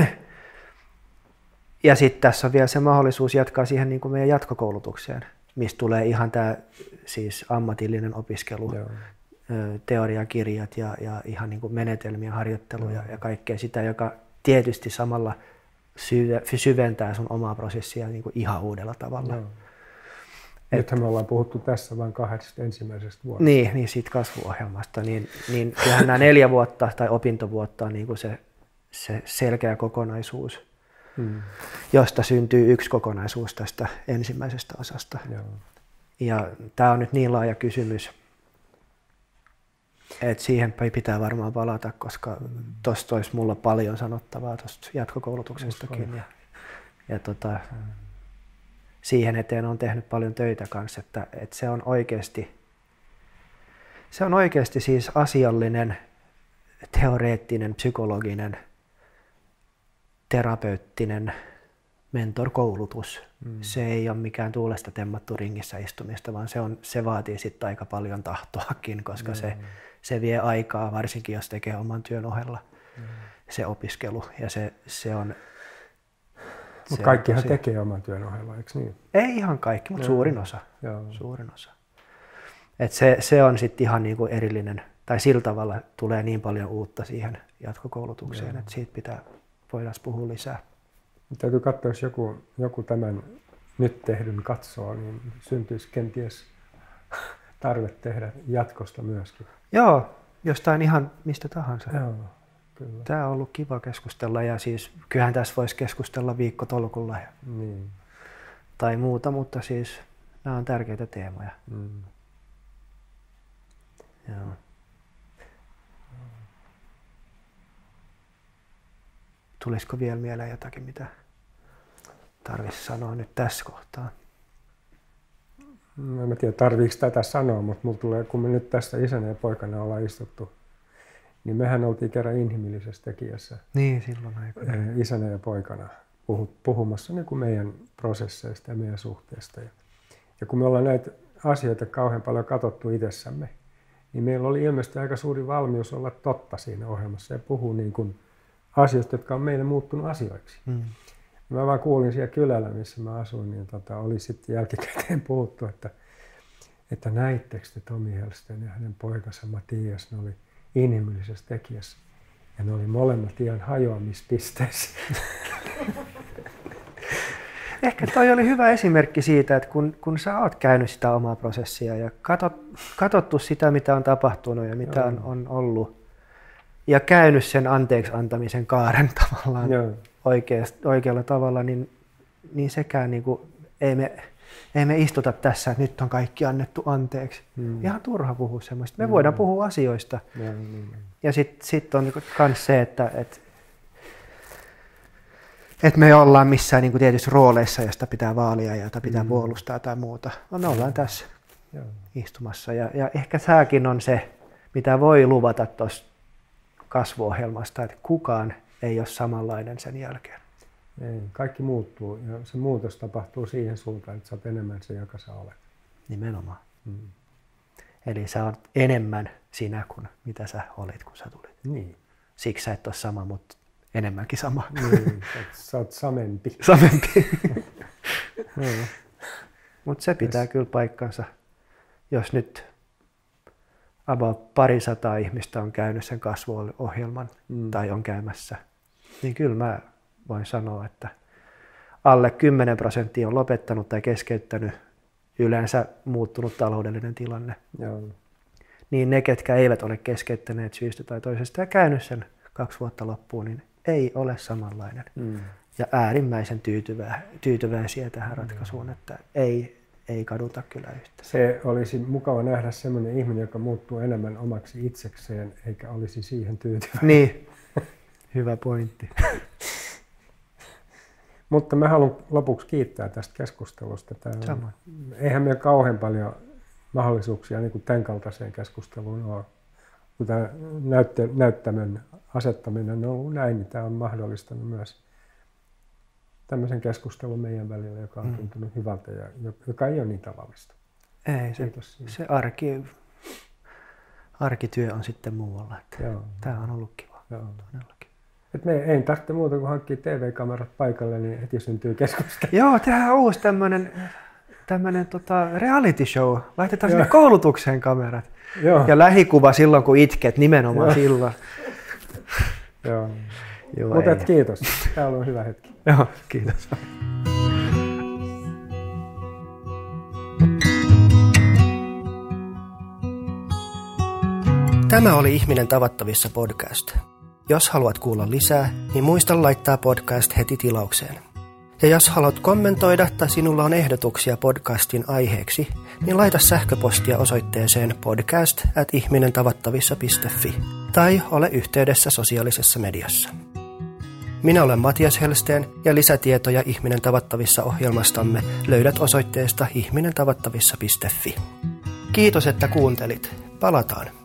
ja sitten tässä on vielä se mahdollisuus jatkaa siihen niin kuin meidän jatkokoulutukseen, mistä tulee ihan tämä siis ammatillinen opiskelu, Joo. teoriakirjat ja, ja ihan niin kuin menetelmien harjoittelu ja, ja kaikkea sitä, joka tietysti samalla syventää sun omaa prosessia niin kuin ihan uudella tavalla. Joo. Et, Nythän me ollaan puhuttu tässä vain kahdesta ensimmäisestä vuodesta. Niin, niin siitä kasvuohjelmasta. Niin, niin kyllähän nämä neljä vuotta tai opintovuotta on niin kuin se, se selkeä kokonaisuus, hmm. josta syntyy yksi kokonaisuus tästä ensimmäisestä osasta. Joo. Ja tämä on nyt niin laaja kysymys, että siihen pitää varmaan palata, koska hmm. tuosta olisi mulla paljon sanottavaa tuosta jatkokoulutuksestakin. Ja, ja tota, hmm. siihen eteen on tehnyt paljon töitä kanssa, että, että se on oikeasti, se on oikeasti siis asiallinen, teoreettinen, psykologinen, terapeuttinen mentorkoulutus. Mm. Se ei ole mikään tuulesta temmattu ringissä istumista, vaan se, on, se vaatii sitten aika paljon tahtoakin, koska mm. se, se vie aikaa, varsinkin jos tekee oman työn ohella mm. se opiskelu. Ja se, se on... Mutta kaikkihan tosi... tekee oman työn ohella, eikö niin? Ei ihan kaikki, mutta suurin osa. Joo. Suurin osa. Et se, se on sitten ihan niinku erillinen, tai sillä tavalla tulee niin paljon uutta siihen jatkokoulutukseen, että siitä pitää, voidaan puhua lisää. Täytyy katsoa, jos joku, joku tämän nyt tehdyn katsoo, niin syntyisi kenties tarve tehdä jatkosta myöskin. Joo, jostain ihan mistä tahansa. Joo. Kyllä. Tämä on ollut kiva keskustella ja siis kyllähän tässä voisi keskustella viikkotolkulla ja, niin. tai muuta, mutta siis nämä on tärkeitä teemoja. Mm. Joo. Tulisiko vielä mieleen jotakin, mitä tarvitsisi sanoa nyt tässä kohtaa? No, en tiedä, tarviiko tätä sanoa, mutta mulla tulee, kun me nyt tässä isänä ja poikana ollaan istuttu, niin mehän oltiin kerran inhimillisessä tekijässä. Niin, silloin aikoina. Isänä ja poikana puhumassa niin kuin meidän prosesseista ja meidän suhteesta. Ja kun me ollaan näitä asioita kauhean paljon katsottu itsessämme, niin meillä oli ilmeisesti aika suuri valmius olla totta siinä ohjelmassa ja puhua niin kuin asioista, jotka on meille muuttunut asioiksi. Hmm. Mä vaan kuulin siellä kylällä, missä mä asuin, niin tota, oli sitten jälkikäteen puhuttu, että, että näittekö te Tomi Hellsten ja hänen poikansa Matias, ne oli inhimillisessä tekijässä. Ja ne oli molemmat ihan hajoamispisteessä. Ehkä toi oli hyvä esimerkki siitä, että kun, kun sä oot käynyt sitä omaa prosessia ja katot, katsottu sitä, mitä on tapahtunut ja mitä on, on ollut, ja käynyt sen anteeksi antamisen kaaren tavallaan oikeast, oikealla tavalla, niin, niin sekään niin kuin, ei, me, ei me istuta tässä, että nyt on kaikki annettu anteeksi. Hmm. Ihan turha puhua semmoista. Me hmm. voidaan puhua asioista. Ja, hmm. ja sitten sit on myös se, että et, et me ollaan missään niin kuin tietyissä rooleissa, josta pitää vaalia ja jota pitää hmm. puolustaa tai muuta. No, me ollaan tässä ja. istumassa. Ja, ja ehkä tämäkin on se, mitä voi luvata tuossa kasvuohjelmasta, että kukaan ei ole samanlainen sen jälkeen. Ei, kaikki muuttuu ja se muutos tapahtuu siihen suuntaan, että sä oot enemmän se, joka sä olet. Nimenomaan. Mm. Eli sä oot enemmän sinä kuin mitä sä olit, kun sä tulit. Niin. Siksi sä et ole sama, mutta enemmänkin sama. Niin, sä oot samempi. Samempi. no. Mutta se pitää yes. kyllä paikkansa, jos nyt about parisataa ihmistä on käynyt sen kasvuohjelman mm. tai on käymässä, niin kyllä mä voin sanoa, että alle kymmenen prosenttia on lopettanut tai keskeyttänyt yleensä muuttunut taloudellinen tilanne. Joo. Niin ne, ketkä eivät ole keskeyttäneet syystä tai toisesta ja käynyt sen kaksi vuotta loppuun, niin ei ole samanlainen. Mm. Ja äärimmäisen tyytyvä, tyytyväisiä tähän ratkaisuun, että ei, ei kaduta kyllä yhtä. Se olisi mukava nähdä sellainen ihminen, joka muuttuu enemmän omaksi itsekseen, eikä olisi siihen tyytyväinen. Niin, hyvä pointti. Mutta mä haluan lopuksi kiittää tästä keskustelusta. Tämä, eihän meillä kauhean paljon mahdollisuuksia niin kuin tämän kaltaiseen keskusteluun ole. Kun tämä näytte, näyttämön asettaminen on ollut näin, niin tämä on mahdollistanut myös tämmöisen keskustelun meidän välillä, joka on mm. tuntunut hyvältä ja joka ei ole niin tavallista. Ei, se, se arki, arkityö on sitten muualla. Tämä on ollut kiva. Joo. Todellakin. Et me ei tarvitse muuta kuin hankkia T V-kamerat paikalle, niin heti syntyy keskustelu. Joo, tehdään uusi tämmöinen tämmöinen tota reality show. Laitetaan sinne koulutukseen kamerat. Joo. Ja lähikuva silloin, kun itket, nimenomaan Joo. silloin. Joo. Joo, mutta kiitos. Tämä on ollut hyvä hetki. Joo, kiitos. Tämä oli Ihminen tavattavissa podcast. Jos haluat kuulla lisää, niin muista laittaa podcast heti tilaukseen. Ja jos haluat kommentoida tai sinulla on ehdotuksia podcastin aiheeksi, niin laita sähköpostia osoitteeseen podcast at ihminentavattavissa piste fi tai ole yhteydessä sosiaalisessa mediassa. Minä olen Matias Hellsten ja lisätietoja Ihminen tavattavissa -ohjelmastamme löydät osoitteesta ihminentavattavissa piste fi. Kiitos, että kuuntelit. Palataan.